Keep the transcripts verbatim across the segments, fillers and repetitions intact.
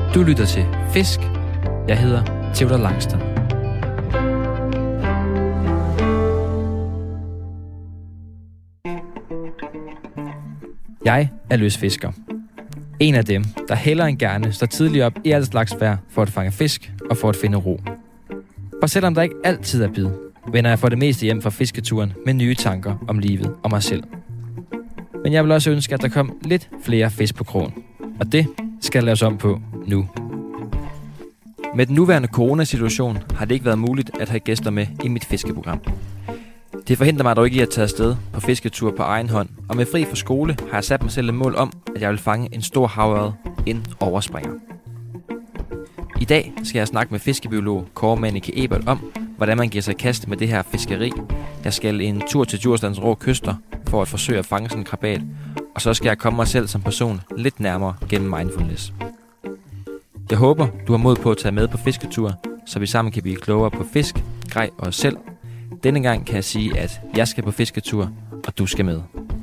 Du lytter til Fisk. Jeg hedder Theodor Langstrøm. Jeg er løsfisker. En af dem, der hellere end gerne står tidligt op i alt slags vejr for at fange fisk og for at finde ro. For selvom der ikke altid er bid, vender jeg for det meste hjem fra fisketuren med nye tanker om livet og mig selv. Men jeg vil også ønske, at der kom lidt flere fisk på krogen. Og det skal laves om på nu. Med den nuværende coronasituation har det ikke været muligt at have gæster med i mit fiskeprogram. Det forhindrer mig dog ikke i at tage afsted på fisketur på egen hånd, og med fri fra skole har jeg sat mig selv et mål om, at jeg vil fange en stor havørred inden overspringer. I dag skal jeg snakke med fiskebiolog Kåre Manniche Ebert om, hvordan man giver sig i kast med det her fiskeri. Jeg skal en tur til Djurslands rå kyster for at forsøge at fange sådan en krabat, og så skal jeg komme mig selv som person lidt nærmere gennem mindfulness. Jeg håber, du har mod på at tage med på fisketur, så vi sammen kan blive klogere på fisk, grej og os selv. Denne gang kan jeg sige, at jeg skal på fisketur, og du skal med.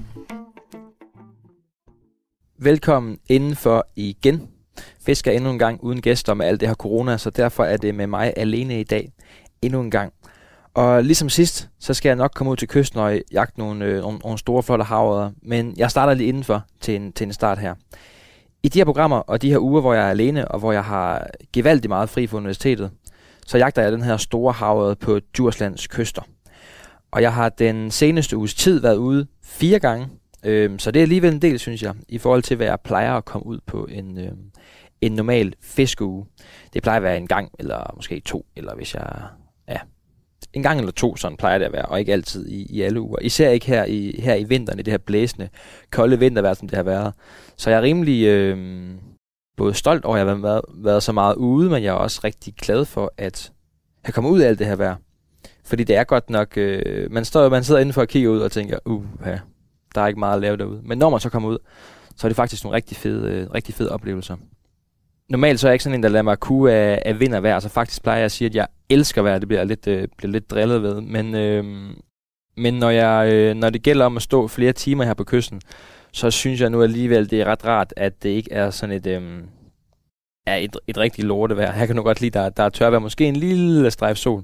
Velkommen indenfor igen. Fisker endnu en gang uden gæster med alt det her corona, så derfor er det med mig alene i dag endnu en gang. Og ligesom sidst, så skal jeg nok komme ud til kysten og jagte nogle, øh, nogle, nogle store flotte havørreder, men jeg starter lige indenfor til en, til en start her. I de her programmer og de her uger, hvor jeg er alene, og hvor jeg har gevaldigt meget fri for universitetet, så jagter jeg den her store havørred på Djurslands kyster. Og jeg har den seneste uges tid været ude fire gange, øhm, så det er alligevel en del, synes jeg, i forhold til, hvad jeg plejer at komme ud på en, øhm, en normal fiskeuge. Det plejer at være en gang, eller måske to, eller hvis jeg... ja, en gang eller to, sådan plejer det at være, og ikke altid i, i alle uger. Især ikke her i, her i vinteren, i det her blæsende, kolde vintervejr, som det har været. Så jeg er rimelig øh, både stolt over, at jeg har været, været så meget ude, men jeg er også rigtig glad for, at jeg kommer ud af alt det her vejr. Fordi det er godt nok, øh, man, står, man sidder indenfor og kigger ud og tænker, uh, ja, der er ikke meget at lave derude. Men når man så kommer ud, så er det faktisk nogle rigtig fede, øh, rigtig fede oplevelser. Normalt så er jeg ikke sådan en, der lader mig kue af, af vind og vejr, så faktisk plejer jeg at sige, at jeg elsker vejr. Det bliver jeg lidt, øh, bliver lidt drillet ved. Men, øh, men når, jeg, øh, når det gælder om at stå flere timer her på kysten, så synes jeg nu alligevel, det er ret rart, at det ikke er sådan et, øh, er et, et rigtig lortevejr. Her kan du godt lide, der, der er tørvejr, måske en lille strejf sol.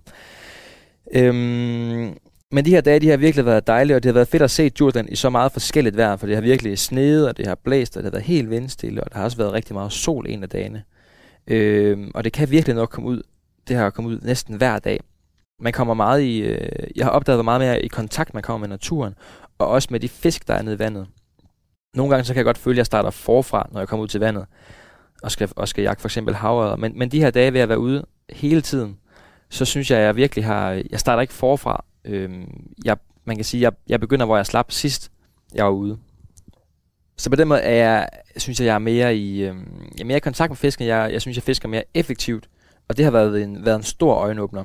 Øhm, men de her dage, de har virkelig været dejlige, og det har været fedt at se Djursland i så meget forskelligt vejr, for det har virkelig sneet, og det har blæst, og det har været helt vindstille, og der har også været rigtig meget sol en af dagene. Øhm, og det kan virkelig nok komme ud. Det har kommet ud næsten hver dag. Man kommer meget i, øh, jeg har opdaget, hvor meget mere i kontakt man kommer med naturen, og også med de fisk, der er nede i vandet. Nogle gange så kan jeg godt føle, at jeg starter forfra, når jeg kommer ud til vandet, og skal, og skal jagte for eksempel havørreder. Men, men de her dage ved at være ude hele tiden, så synes jeg, at jeg virkelig har... Jeg starter ikke forfra. Øhm, jeg, man kan sige, at jeg, jeg begynder, hvor jeg slap sidst, jeg var ude. Så på den måde er jeg, synes jeg, jeg er mere i, øhm, jeg er mere i kontakt med fisken. Jeg, jeg synes, jeg fisker mere effektivt, og det har været en, været en stor øjenåbner.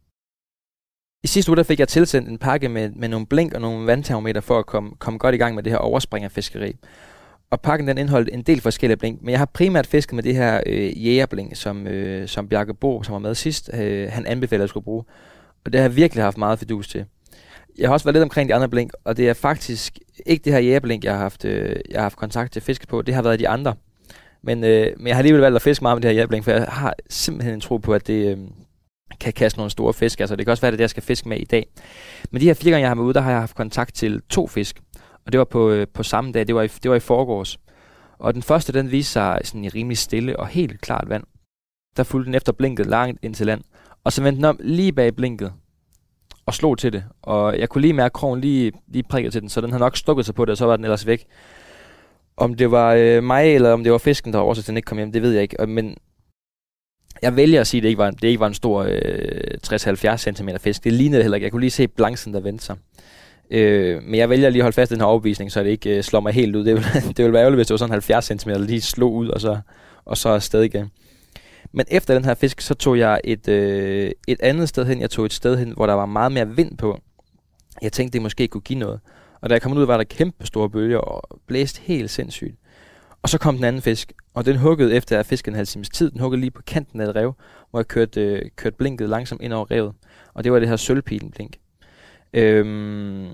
I sidste uge der fik jeg tilsendt en pakke med, med nogle blink og nogle vandtermometer for at komme, komme godt i gang med det her overspringerfiskeri. Og pakken den indeholdt en del forskellige blink, men jeg har primært fisket med det her øh, jægerblink, som, øh, som Bjarke Bo, som var med sidst, øh, han anbefalede, at jeg skulle bruge. Og det har jeg virkelig haft meget fidus til. Jeg har også været lidt omkring de andre blink, og det er faktisk ikke det her jægerblink, jeg har haft, øh, jeg har haft kontakt til fiske på. Det har været de andre. Men, øh, men jeg har alligevel valgt at fiske meget med det her jægerblink, for jeg har simpelthen en tro på, at det øh, kan kaste nogle store fisk. Altså det kan også være, det er det, jeg skal fiske med i dag. Men de her fire gange, jeg har været ude, der har jeg haft kontakt til to fisk. Og det var på, øh, på samme dag, det var, i, det var i forgårs. Og den første, den viste sig sådan i rimelig stille og helt klart vand. Der fulgte den efter blinket langt ind til land. Og så vendte den om lige bag blinket og slog til det. Og jeg kunne lige mærke krogen lige, lige prikket til den, så den havde nok stukket sig på det, og så var den ellers væk. Om det var øh, mig, eller om det var fisken, der var årsag til, den ikke kom hjem, det ved jeg ikke. Men jeg vælger at sige, at det ikke var, det ikke var en stor øh, tres til halvfjerds centimeter fisk. Det lignede det heller ikke. Jeg kunne lige se balancen, der vendte sig. Øh, men jeg vælger lige at holde fast i den her overbevisning, så det ikke øh, slår mig helt ud. Det ville, det ville være ærgerligt, hvis det var sådan halvfjerds centimeter, der lige slog ud, og så, og så afsted igen. Men efter den her fisk, så tog jeg et, øh, et andet sted hen. Jeg tog et sted hen, hvor der var meget mere vind på. Jeg tænkte, det måske kunne give noget. Og da jeg kom ud, var der kæmpe store bølger og blæste helt sindssygt. Og så kom den anden fisk, og den huggede efter at fisken en halv times tid. Den huggede lige på kanten af et rev, hvor jeg kørte, øh, kørte blinket langsomt ind over revet. Og det var det her sølvpilen blink. Øhm,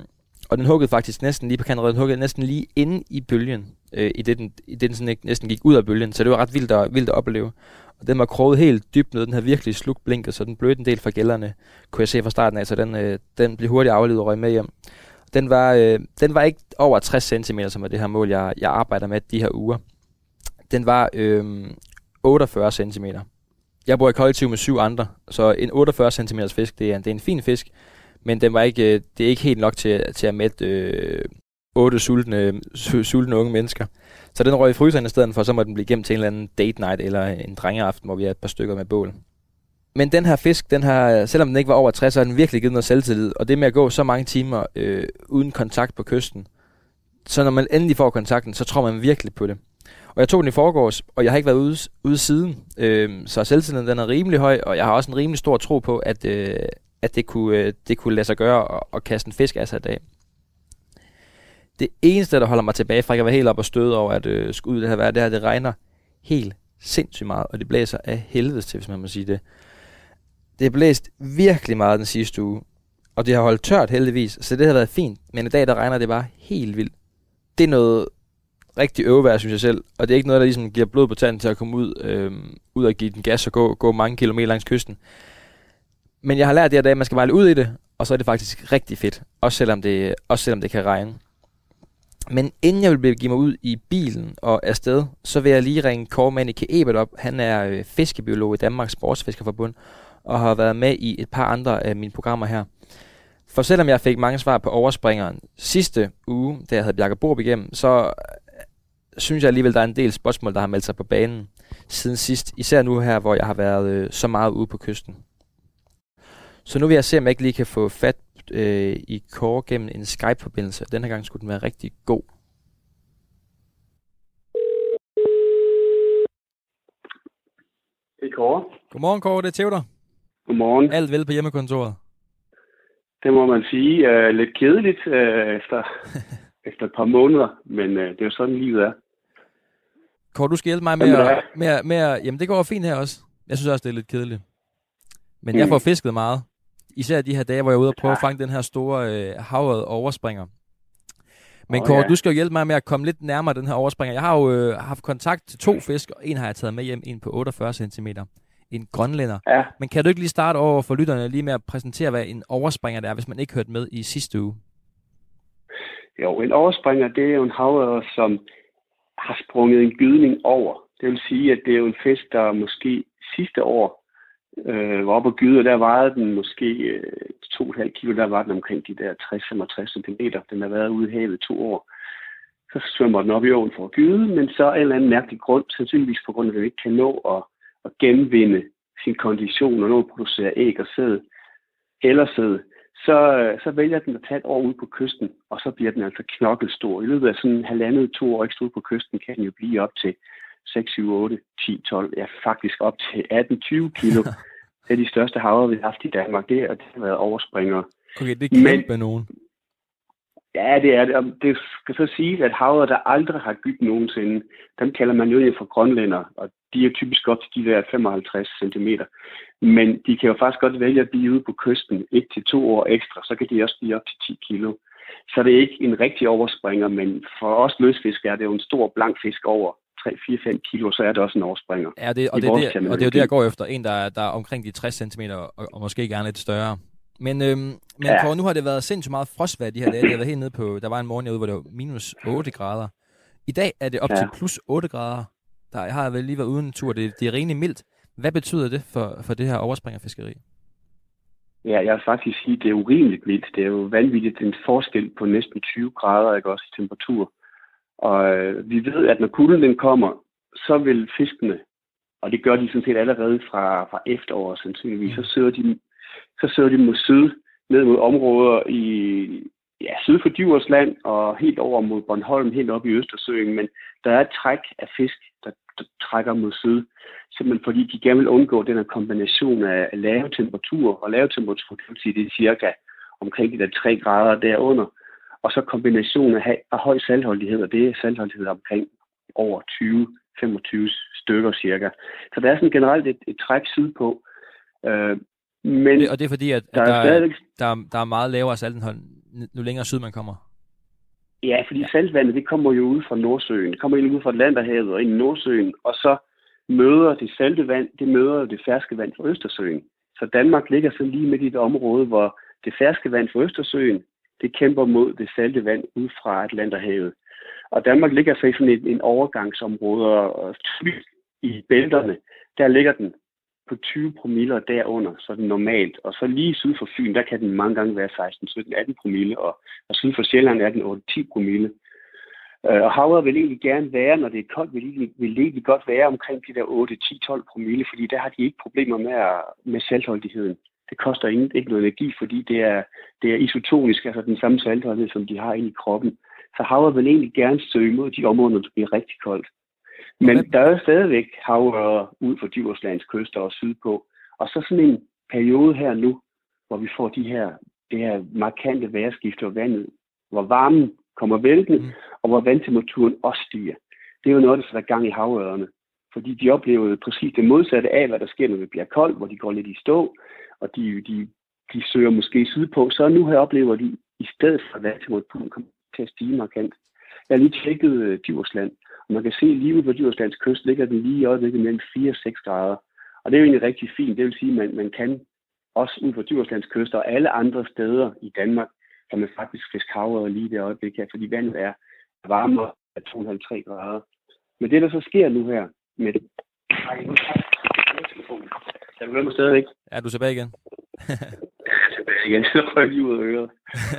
Og den huggede faktisk næsten lige på kanten, den huggede næsten lige inde i bølgen, øh, i det den, i det, den sådan ikke, næsten gik ud af bølgen, så det var ret vildt at, vildt at opleve. Og den var kroget helt dybt ned, den havde virkelig slukblinket, så den blødte en del fra gælderne, kunne jeg se fra starten af, så den, øh, den blev hurtigt aflevet og røg med hjem. Den var, øh, den var ikke over tres centimeter, som er det her mål, jeg, jeg arbejder med de her uger. Den var øh, otteogfyrre centimeter. Jeg bor i kollektiv med syv andre, så en otteogfyrre centimeters fisk, det er, det er en fin fisk, men den var ikke, det er ikke helt nok til, til at mætte øh, otte sultne, sultne unge mennesker. Så den røg i fryseren i stedet for, så må den blive gemt til en eller anden date night eller en drengeaften, hvor vi er et par stykker med bål. Men den her fisk, den har, selvom den ikke var over tres, så har den virkelig givet noget selvtillid. Og det med at gå så mange timer øh, uden kontakt på kysten, så når man endelig får kontakten, så tror man virkelig på det. Og jeg tog den i forgårs, og jeg har ikke været ude, ude siden. Øh, så selvtilliden den er rimelig høj, og jeg har også en rimelig stor tro på, at, øh, at det, kunne, øh, det kunne lade sig gøre at, at kaste en fisk af sig i dag. Det eneste, der holder mig tilbage fra, at jeg var helt op og støde over, at øh, skulle ud i det her vejr, det her, det regner helt sindssygt meget, og det blæser af helvedes til, hvis man må sige det. Det har blæst virkelig meget den sidste uge, og det har holdt tørt heldigvis, så det har været fint, men i dag, der regner det bare helt vildt. Det er noget rigtig øvevejr, synes jeg selv, og det er ikke noget, der ligesom giver blod på tanden til at komme ud, øh, ud og give den gas og gå, gå mange kilometer langs kysten. Men jeg har lært det her dag, at man skal bare ud i det, og så er det faktisk rigtig fedt, også selvom det, også selvom det kan regne. Men inden jeg vil begive mig ud i bilen og afsted, så vil jeg lige ringe Kåre Manniche Ebert op. Han er øh, fiskebiolog i Danmarks Sportsfiskerforbund og har været med i et par andre af mine programmer her. For selvom jeg fik mange svar på overspringeren sidste uge, da jeg havde Bjarke Borup igennem, så synes jeg alligevel, der er en del spørgsmål, der har meldt sig på banen siden sidst. Især nu her, hvor jeg har været øh, så meget ude på kysten. Så nu vil jeg se, om jeg ikke lige kan få fat øh, i Kåre gennem en Skype-forbindelse. Den her gang skulle den være rigtig god. Det er Kåre. Godmorgen, Kåre. Det er Theodor. Godmorgen. Alt vel på hjemmekontoret? Det må man sige. Uh, lidt kedeligt uh, efter, efter et par måneder, men uh, det er jo sådan, livet er. Kåre, du skal hjælpe mig med, Jamen, at, med, at, med at... Jamen, det går fint her også. Jeg synes også, det er lidt kedeligt. Men mm. jeg får fisket meget. Især de her dage, hvor jeg er ude og prøve ja. at fange den her store øh, havørred overspringer. Men oh, Kåre, ja. du skal jo hjælpe mig med at komme lidt nærmere den her overspringer. Jeg har jo øh, haft kontakt til to fisk, og en har jeg taget med hjem, en på otteogfyrre centimeter. En grønlænder. Ja. Men kan du ikke lige starte over for lytterne lige med at præsentere, hvad en overspringer det er, hvis man ikke hørte med i sidste uge? Jo, en overspringer, det er jo en havørred, som har sprunget en gydning over. Det vil sige, at det er jo en fisk, der måske sidste år øh, var oppe og gyde, og der vejede den måske øh, to komma fem kilo, der var den omkring de der tres til femogtres centimeter. Den har været ude i havet to år. Så svømmer den op i åen for at gyde, men så af en eller anden mærkelig grund, sandsynligvis på grund af, at den ikke kan nå at, at genvinde sin kondition og nå at producere æg og sæd, eller sæd, så, så vælger den at tage et år ud på kysten, og så bliver den altså knokkelstor. I løbet af sådan halvandet, to år ekstra ud på kysten, kan den jo blive op til seks, syv, otte, ti, tolv, ja faktisk op til atten til tyve kilo. Det er de største havre, vi har haft i Danmark. Det, og det har været overspringere. Okay, det er kæmpe med nogen. Ja, det er det. Det skal så sige, at havre, der aldrig har gydt nogensinde, dem kalder man jo for grønlænder, og de er typisk op til de der femoghalvtreds centimeter. Men de kan jo faktisk godt vælge at blive ude på kysten et til to år ekstra, så kan de også blive op til ti kilo. Så det er ikke en rigtig overspringer, men for os løsfiskere er det jo en stor blank fisk over tre, fire, fem kilo, så er det også en overspringer. Ja, det, og, det, det, og det er jo det, jeg går efter. En, der er, der er omkring de tres centimeter, og, og måske gerne lidt større. Men, øhm, men ja. Kåre, nu har det været sindssygt meget frostvejr de her dage. Det har været helt nede på, der var en morgen herude, hvor det var minus otte grader. I dag er det op ja. til plus otte grader. Der jeg har vel lige været uden en tur. Det, det er rimelig mildt. Hvad betyder det for, for det her overspringerfiskeri? Ja, jeg vil faktisk sige, at det er urimeligt mildt. Det er jo vanvittigt en forskel på næsten tyve grader, ikke også, i temperatur. Og øh, vi ved, at når kulden den kommer, så vil fiskene, og det gør de sådan set allerede fra, fra efteråret sandsynligvis, så søger de så søger de mod syd, ned mod områder i ja, syd for Djursland og helt over mod Bornholm, helt op i Østersøen. Men der er et træk af fisk, der, der trækker mod syd, simpelthen fordi de gerne vil undgå den her kombination af lave temperaturer. Og lave temperaturer, det vil sige, det er cirka omkring de der tre grader derunder. Og så kombinationen af, af høj saltholdighed, og det er saltholdighed omkring over tyve til femogtyve stykker cirka. Så der er sådan generelt et, et træk sydpå. Øh, Men og det er fordi, at, at der, der, er, der, er, der er meget lavere saltindhold nu længere syd man kommer. Ja, fordi ja. saltvandet, det kommer jo ud fra Nordsøen. Det kommer ind ud fra Atlanterhavet og ind i Nordsøen, og så møder det salte vand, det møder det ferske vand fra Østersøen. Så Danmark ligger så lige midt i et område, hvor det ferske vand fra Østersøen, det kæmper mod det salte vand ud fra Atlanterhavet. Og Danmark ligger så i sådan et, en overgangsområde, og i bælterne, der ligger den på tyve promille derunder, så er den normalt. Og så lige syd for Fyn, der kan den mange gange være seksten, sytten, atten promille, og, og syd for Sjælland er den otte til ti promille. Og havet vil egentlig gerne være, når det er koldt, vil egentlig, vil egentlig godt være omkring de der otte, ti, tolv promille, fordi der har de ikke problemer med, at, med saltholdigheden. Det koster ikke, ikke noget energi, fordi det er, det er isotonisk, altså den samme saltholdighed, som de har inde i kroppen. Så havet vil egentlig gerne søge mod de områder, når det bliver rigtig koldt. Men okay. Der er jo stadigvæk havørreder ud for Djurslands kyster og sydpå. Og så sådan en periode her nu, hvor vi får de her, det her markante vejrskifte og vandet, hvor varmen kommer væltende, mm. og hvor vandtemperaturen også stiger. Det er jo noget, der sætter gang i havørrederne. Fordi de oplever præcis det modsatte af, hvad der sker, når det bliver koldt, hvor de går lidt i stå, og de, de, de søger måske sydpå. Så nu her oplever de, i stedet for at vandtemperaturen kommer til at stige markant. Jeg har lige tjekket uh, Djursland, og man kan se, at lige ude på Djurslands kyst ligger den lige i øjeblikket mellem fire og seks grader. Og det er jo egentlig rigtig fint. Det vil sige, at man, man kan også ud på Djurslands kyst og alle andre steder i Danmark, kan man faktisk fiske havørred lige i det øjeblik her, fordi vandet er varmere af to komma fem til tre grader. Men det, der så sker nu her med det... Ej, nu tager jeg telefonen. Jeg hører mig stadigvæk. Ja, du er tilbage igen. Ja, jeg er tilbage igen. Så røg lige ud af øret.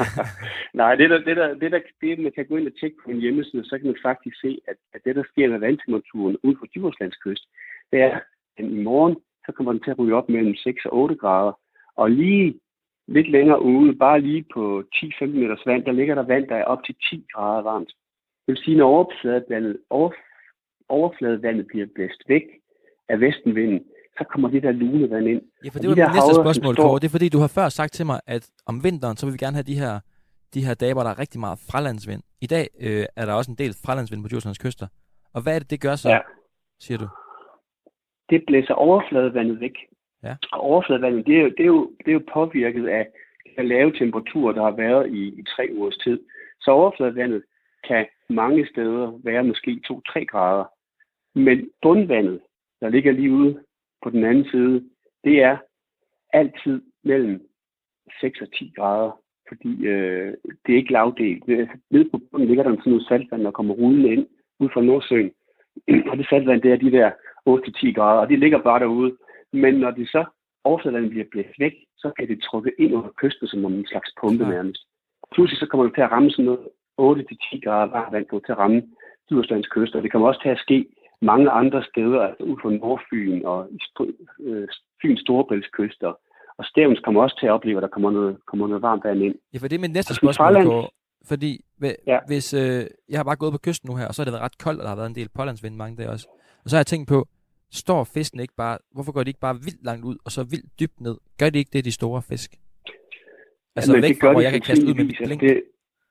Nej, det der, det, der, det, der, det, man kan gå ind og tjekke på en hjemmeside, så kan man faktisk se, at, at det, der sker med vandtemperaturen ude på Djurslands kyst, det er, at i morgen, så kommer den til at ryge op mellem seks og otte grader. Og lige lidt længere ude, bare lige på ti til femten meters vand, der ligger der vand, der er op til ti grader varmt. Det vil sige, når overfladevandet, over, overfladevandet bliver blæst væk af vestenvinden, så kommer det der lunevand ind. Ja, for det var mit næste spørgsmål, Kåre. Det er fordi, du har før sagt til mig, at om vinteren, så vil vi gerne have de her, de her dage, hvor der er rigtig meget fralandsvind. I dag øh, er der også en del fralandsvind på Djurslands kyster. Og hvad er det, det gør så, ja. siger du? Det blæser overfladevandet væk. Ja. Og overfladevandet, det er, jo, det, er jo, det er jo påvirket af de lave temperaturer, der har været i, i tre ugers tid. Så overfladevandet kan mange steder være måske to til tre grader. Men bundvandet, der ligger lige ude på den anden side, det er altid mellem seks og ti grader, fordi øh, det er ikke lavdelt. Nede på bunden ligger der sådan noget saltvand, der kommer rullende ind ud fra Nordsøen. Og det saltvand, det er de der otte til ti grader, og det ligger bare derude. Men når det så overfladevandet bliver blæst væk, så kan det trukket ind under kysten som en slags pumpe nærmest. Pludselig så kommer det til at ramme sådan noget otte til ti grader varmt vand på til at ramme Djurslands kyst, og det kommer også til at ske mange andre steder, altså ud for Nordfyn og øh, Fyns Storebæltskyster. Og Stevns kommer også til at opleve, at der kommer noget, kommer noget varmt vand ind. Ja, for det er mit næste spørgsmål, Kåre. Fordi ja. hvis øh, jeg har bare gået på kysten nu her, og så har det været ret koldt, og der har været en del pålandsvind mange dage også. Og så har jeg tænkt på, står fisken ikke bare, hvorfor går de ikke bare vildt langt ud, og så vildt dybt ned? Gør de ikke det, de store fisk? Altså ja, væk fra, hvor jeg kan kaste ud med mit blink. Det...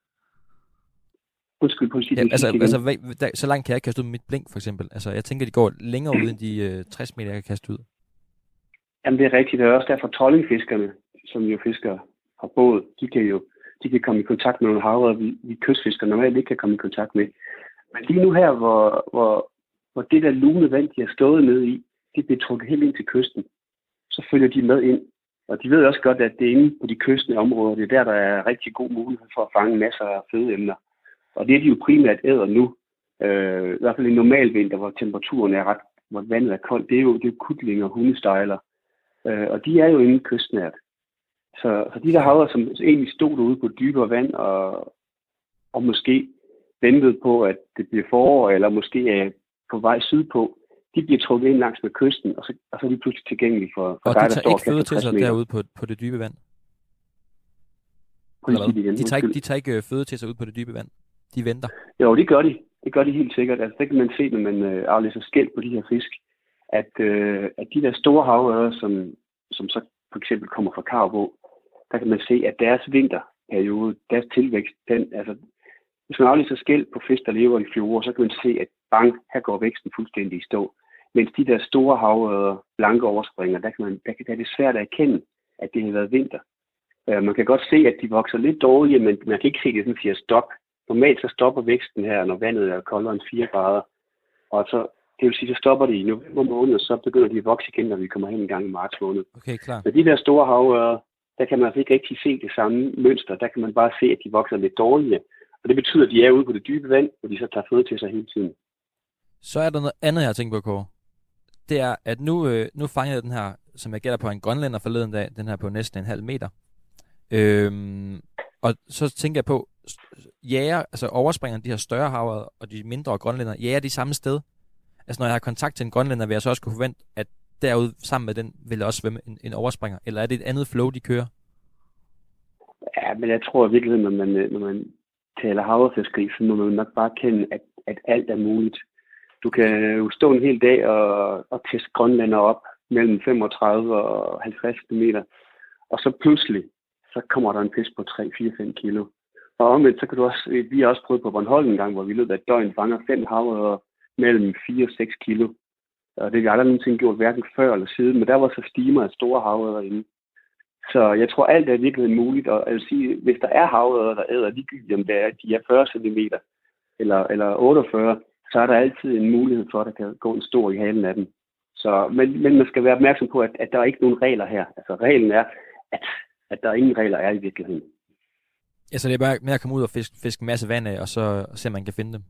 Undskyld, på at sige ja, altså, altså der, så langt kan jeg kaste ud med mit blink, for eksempel. Altså, jeg tænker, de går længere ud, end de øh, tres meter, jeg kan kaste ud. Jamen, det er rigtigt. Det er også derfor trollingfiskerne, som jo fisker har båd, de kan jo de kan komme i kontakt med nogle havørreder, vi, vi kystfiskere normalt ikke kan komme i kontakt med. Men lige nu her, hvor, hvor, hvor det der lune vand, de har stået nede i, det bliver trukket helt ind til kysten. Så følger de med ind. Og de ved også godt, at det er inde på de kystnære områder, det er der, der er rigtig god mulighed for at fange masser af fødeemner. Og det er de jo primært æder nu. Øh, I hvert fald en normal vinter, hvor temperaturen er ret, hvor vandet er koldt, det er jo, det er jo kutlinger og hundestejler. Øh, og de er jo inde kystnært. Så, så de der havre, som egentlig stod derude på dybere vand, og, og måske ventede på, at det bliver forår, eller måske er på vej sydpå, de bliver trukket ind langs med kysten, og så, og så er de pludselig tilgængelige for, for og dig, de der står og de tager ikke føde til sig derude på, på det dybe vand? De tager, ikke, de tager ikke føde til sig ud på det dybe vand? De venter? Jo, det gør de. Det gør de helt sikkert. Altså, det kan man se, når man øh, aflæser skæld på de her fisk, at, øh, at de der store havørreder, som, som så for eksempel kommer fra Karbo, der kan man se, at deres vinterperiode, deres tilvækst, den, altså, hvis man aflæser skæld på fisk, der lever i fjorde, så kan man se, at bang, her går væksten fuldstændig i stå. Mens de der store havørreder, blanke overspringer, der, kan man, der, der er det svært at erkende, at det har været vinter. Uh, man kan godt se, at de vokser lidt dårligere, men man kan ikke se, at det sådan siger stop. Normalt så stopper væksten her, når vandet er koldere end fire grader. Og så, det vil sige, så stopper det i november måned, og så begynder de at vokse igen, når vi kommer hen en gang i marts måned. Okay, klar. Men de der store havørrer, der kan man altså ikke rigtig se det samme mønster. Der kan man bare se, at de vokser lidt dårligere. Og det betyder, at de er ude på det dybe vand, og de så tager føde til sig hele tiden. Så er der noget andet, jeg har tænkt på, Kåre. Det er, at nu, øh, nu fanger jeg den her, som jeg gætter på en grønlænder forleden dag, den her på næsten en halv meter. Øhm, og så tænker jeg på, jager, altså overspringer de her større havørreder og de mindre grønlænder, jager de samme sted? Altså når jeg har kontakt til en grønlænder, vil jeg så også kunne forvente, at derude sammen med den, vil jeg også svømme en, en overspringer? Eller er det et andet flow, de kører? Ja, men jeg tror i virkeligheden, når man, når man taler havrefiskeri, så må man nok bare kende, at, at alt er muligt. Du kan jo stå en hel dag og, og teste grønlænder op mellem femogtredive og halvtreds meter, og så pludselig, så kommer der en fisk på tre, fire, fem kilo. Og omvendt, så kan du også, vi har også prøvet på Bornholm en gang, hvor vi løbet af et døgn fanger fem havørreder mellem fire og seks kilo. Og det har jeg aldrig nogensinde gjort hverken før eller siden, men der var så stimer af store havørreder inde. Så jeg tror, alt er i virkeligheden muligt, og jeg vil sige, hvis der er havørreder, der æder ligegyldigt, om det er, de er fyrre centimeter eller, eller otteogfyrre, så er der altid en mulighed for, at der kan gå en stor i halen af dem. Så, men, men man skal være opmærksom på, at, at der er ikke nogen regler her. Altså reglen er, at, at der ingen regler er i virkeligheden. Ja, så det er bare med at komme ud og fiske, fiske en masse vand af, og så se, om man kan finde dem.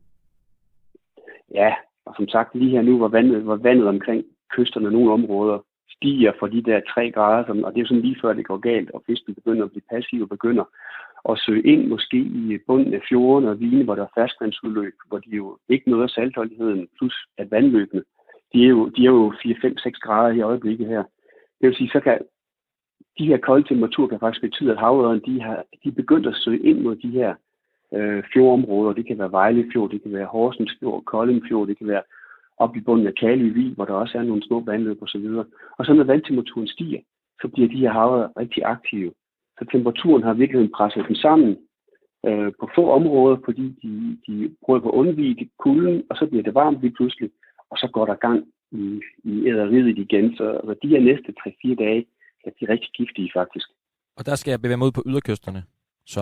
Ja, og som sagt, lige her nu, hvor vandet, hvor vandet omkring kysterne nogle områder stiger for de der tre grader, som, og det er jo sådan lige før det går galt, og fisken begynder at blive passiv og begynder at søge ind måske i bunden af fjorden og vine, hvor der er ferskvandsudløb, hvor de jo ikke møder saltholdigheden, plus at vandløbene, de er jo, de er jo fire, fem, seks grader i øjeblikket her. Det vil sige, så kan de her kolde temperaturer kan faktisk betyde, at havørreden, de har, de er begyndt at søge ind mod de her øh, fjordområder. Det kan være Vejle Fjord, det kan være Horsens Fjord, Kolding Fjord, det kan være op i bunden af Kalø Vig, hvor der også er nogle små vandløb og så videre. Og så når vandtemperaturen stiger, så bliver de her havørreder rigtig aktive. Så temperaturen har virkelig presset dem sammen øh, på få områder, fordi de, de prøver på at undvige kulden, og så bliver det varmt lige pludselig, og så går der gang i, i æderiet igen. Så altså, de her næste tre fire dage er de rigtig giftige faktisk. Og der skal jeg bevæge mig ud på yderkysterne, så?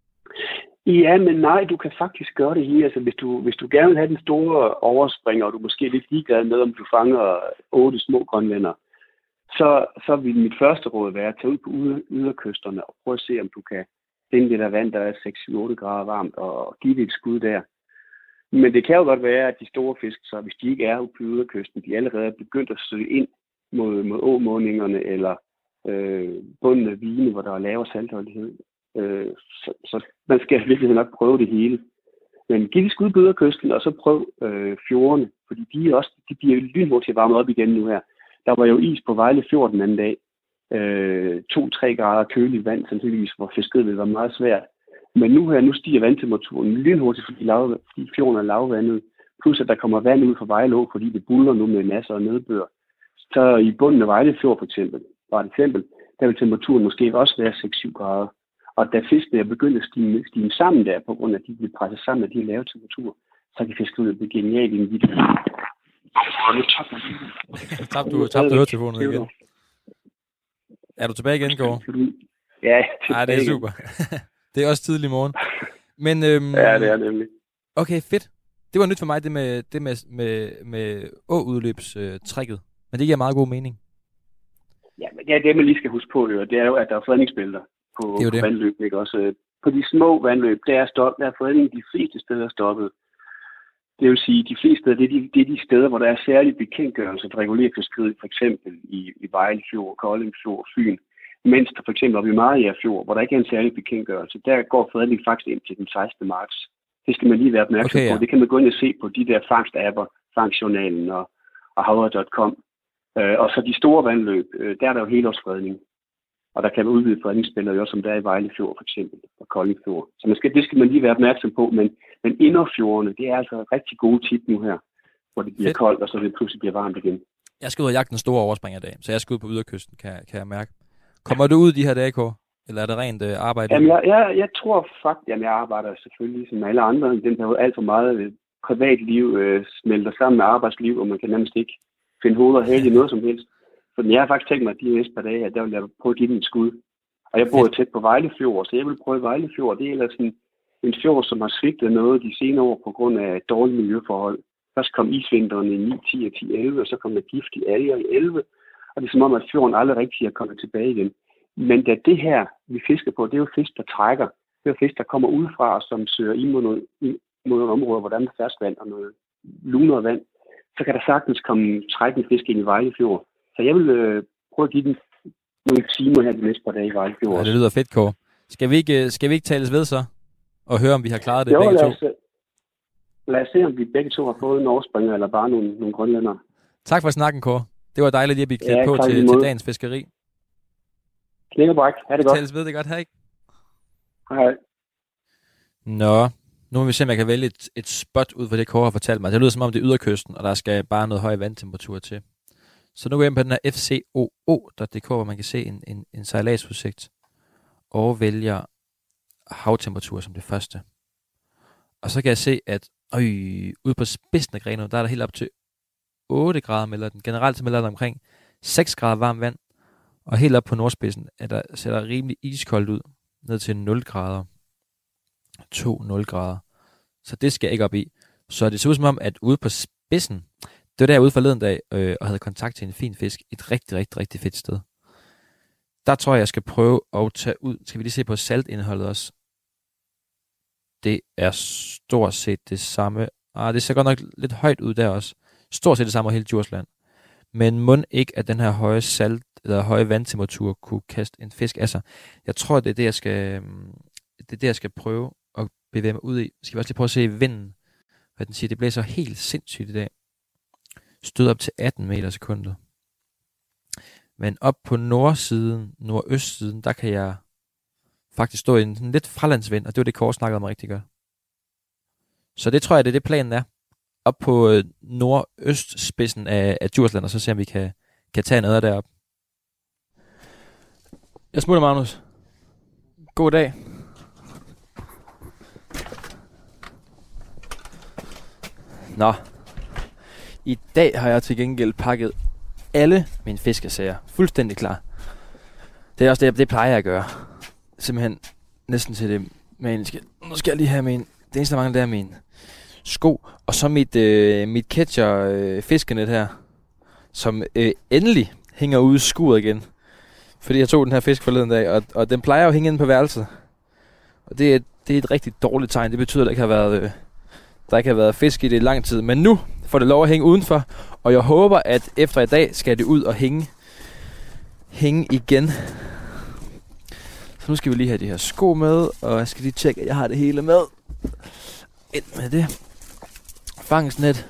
Ja, men nej, du kan faktisk gøre det her. Altså, hvis du, hvis du gerne vil have den store overspringer, og du måske er lidt ligeglad med, om du fanger otte små grønlænder, så, så vil mit første råd være at tage ud på yderkysterne og prøve at se, om du kan finde det der vand, der er seks til otte grader varmt, og give det et skud der. Men det kan jo godt være, at de store fisk, så hvis de ikke er ude på yderkysten, de allerede er begyndt at søge ind mod, mod åmåningerne eller øh, bunden af vine, hvor der er lavere saltholdighed. Øh, så, så man skal virkelig nok prøve det hele. Men giv det skud på yderkysten, og så prøv øh, fjordene, fordi de, er også, de bliver lynhurtigt varmet op igen nu her. Der var jo is på Vejle Fjord den anden dag. Øh, to til tre grader køligt vand, sandsynligvis, hvor fiskeriet ville være meget svært. Men nu her, nu stiger vandtemperaturen lynhurtigt, fordi, lav, fordi fjorden er lavvandet. Plus at der kommer vand ud fra Vejle Å, fordi det buller nu med masser af nedbør. Så i bunden af Vejle Fjord for eksempel, bare et eksempel, der vil temperaturen måske også være seks til syv grader. Og da fiskene er begyndt at stige, stige sammen der, på grund af at de bliver presset sammen af de lave temperaturer, så kan fiskeriet blive genialt i en video. Tabte du, tabte du høretelefonen igen? Er du tilbage igen, Kåre? Ja, Nej, det er super. Det er også tidlig morgen. Men, øhm, ja, det er nemlig. Okay, fedt. Det var nyt for mig, det med, det med, med, med åudløbstrækket. Men det giver meget god mening. Ja, men det er det, man lige skal huske på, det er jo, at der er fredningsbælter på, på vandløb, ikke også? På de små vandløb, der er, stop, der er fredning de fleste steder stoppet. Det vil sige, de fleste steder, det er de, det er de steder, hvor der er særlige bekendtgørelser, der regulerer fiskeriet, for eksempel i, i Vejle Fjord, Kolding Fjord, Fyn. Mens der for eksempel oppe i Mariager Fjord, hvor der ikke er en særlig bekendtgørelse, der går fredning faktisk ind til den sekstende marts. Det skal man lige være opmærksom okay, ja. på. Det kan man gå ind og se på de der fangstapper, Fangstjournalen og, og havre punktum com. Øh, og så de store vandløb, øh, der er der jo helårsfredning. Og der kan være udvidet fredningsspillere jo, som der er i Vejle Fjord for eksempel, og Kolding Fjord. Så man skal, det skal man lige være opmærksom på. Men, men inderfjordene, det er altså rigtig gode tip nu her, hvor det bliver Fedt. koldt, og så det pludselig bliver varmt igen. Jeg skal ud og jagte en stor overspringer i dag, så jeg skal ud på yderkysten, kan, kan jeg mærke. Kommer du ud de her dage, Kåre? Eller er det rent øh, arbejde? Jamen, jeg, jeg, jeg tror faktisk, at jeg arbejder selvfølgelig som alle andre. Den der alt for meget øh, privatliv øh, smelter sammen med arbejdsliv, og man kan nærmest ikke finde hoved og hale i noget som helst. Så jeg har faktisk tænkt mig, at de næste par dage, at der vil jeg prøve at give den et skud. Og jeg bor tæt på Vejle Fjord, så jeg vil prøve Vejle Fjord. Det er ellers sådan en fjord, som har svigtet noget de senere år på grund af dårlige miljøforhold. Først kom isvinteren i ni, ti og ti elleve, og så kom der giftige alger i elleve. Og det er som om, at fjorden aldrig rigtig er kommet tilbage igen. Men da det her, vi fisker på, det er jo fisk, der trækker. Det er jo fisk, der kommer udefra, som søger ind mod nogle, mod nogle områder, hvor der er ferskvand og noget lunere vand. Så kan der sagtens komme trækkende fisk ind i Vejle Fjord. Så jeg vil øh, prøve at give den nogle timer her de næste par dage i Vejle Fjord. Ja, det lyder fedt, Kåre. Skal vi ikke, skal vi ikke tales ved så? Og høre, om vi har klaret det jo, begge lad to? os, lad os se, om vi begge to har fået en overspringer, eller bare nogle, nogle grønlænder. Tak for snakken, Kåre. Det var dejligt lige at blive klædt ja, på til, til dagens fiskeri. Klingerbræk, ha' det godt. Tales ved det godt, hej. Hej. Nå, nu må vi se, om jeg kan vælge et, et spot ud for det, Kåre har fortalt mig. Det lyder som om det er yderkysten, og der skal bare noget høj vandtemperatur til. Så nu går jeg ind på den her f c o o punktum d k, hvor man kan se en, en, en sejladsudsigt, og vælger havtemperatur som det første. Og så kan jeg se, at øj, ude på spidsen af Grenaa, der er der helt op til otte grader, melder den. Generelt så melder den omkring seks grader varmt vand, og helt op på nordspidsen er der, ser der rimelig iskoldt ud, ned til nul grader. to nul grader. Så det skal jeg ikke op i. Så det ser ud som om, at ude på spidsen, det var der ude forleden dag, øh, og havde kontakt til en fin fisk. Et rigtig, rigtig, rigtig fedt sted. Der tror jeg, jeg skal prøve at tage ud. Skal vi lige se på saltindholdet også? Det er stort set det samme. Ah, det ser godt nok lidt højt ud der også. Stort set det samme over hele Djursland. Men mon ikke, at den her høje salt, eller høje vandtemperatur, kunne kaste en fisk af sig. Jeg tror, det er det, jeg skal, det er det, jeg skal prøve at bevæge mig ud i. Skal vi også lige prøve at se vinden, hvad den siger. Det blæser helt sindssygt i dag. Stød op til atten meter sekundet. Men op på nordsiden, nordøstsiden, der kan jeg faktisk stå i en lidt fralandsvind, og det var det, Kåre snakkede om rigtig godt. Så det tror jeg, det er det planen er. Op på øh, nordøstspidsen af, af Djursland, og så se, om vi kan, kan tage noget derop. Jeg smutter, Magnus. God dag. Nå. I dag har jeg til gengæld pakket alle mine fiskesager fuldstændig klar. Det er også det, det plejer jeg at gøre. Simpelthen næsten til det maniske. Nu skal jeg lige have min... Det eneste, der mangler, det er min sko. Og så mit, øh, mit catcher øh, fiskenet her. Som øh, endelig hænger ude i skuret igen. Fordi jeg tog den her fisk forleden dag. Og, og den plejer jo at hænge inde på værelset. Og det er, det er et rigtig dårligt tegn. Det betyder, at der ikke har været, øh, der ikke har været fisk i det i lang tid. Men nu får det lov at hænge udenfor. Og jeg håber, at efter i dag skal det ud og hænge, hænge igen. Så nu skal vi lige have de her sko med. Og jeg skal lige tjekke, at jeg har det hele med. Ind med det. Fangstnet.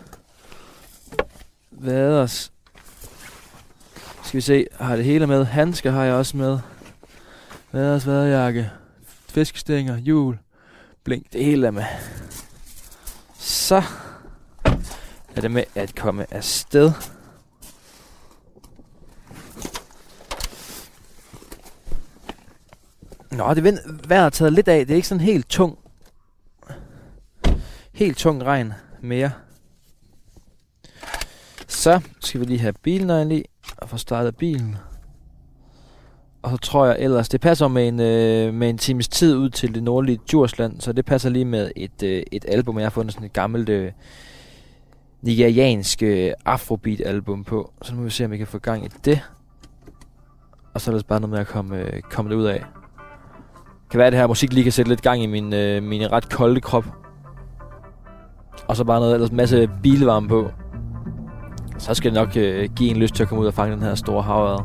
Vaders. Skal vi se, har det hele med. Handsker har jeg også med. Vaders vadejakke. Fiskestænger, hjul, blink, det hele er med. Så er det med at komme afsted. Nå, det vind, vejret er taget lidt af. Det er ikke sådan helt tung. Helt tung regn mere. Så skal vi lige have bilnøglen i og få startet bilen. Og så tror jeg ellers, det passer med en, øh, med en times tid ud til det nordlige Djursland, så det passer lige med et, øh, et album, jeg har fundet sådan et gammelt øh, nigeriansk øh, afrobeat-album på. Så nu må vi se, om vi kan få gang i det. Og så er det bare noget med at komme, øh, komme det ud af. Kan være, at det her musik lige kan sætte lidt gang i min, øh, min ret kolde krop. Og så bare noget ellers masse bilvarme på. Så skal det nok øh, give en lyst til at komme ud og fange den her store havørred.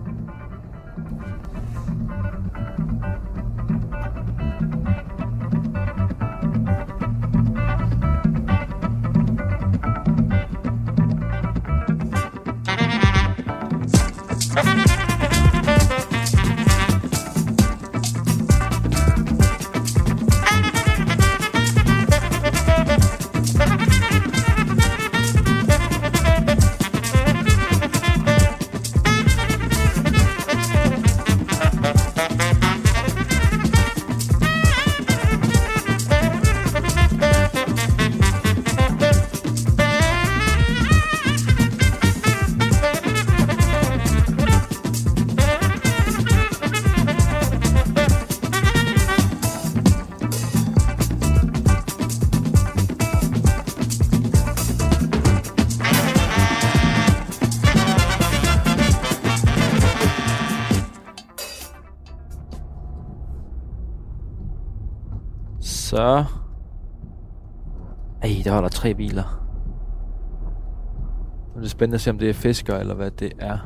Så. Ej, der holder tre biler. Nu er det spændende at se, om det er fisker, eller hvad det er.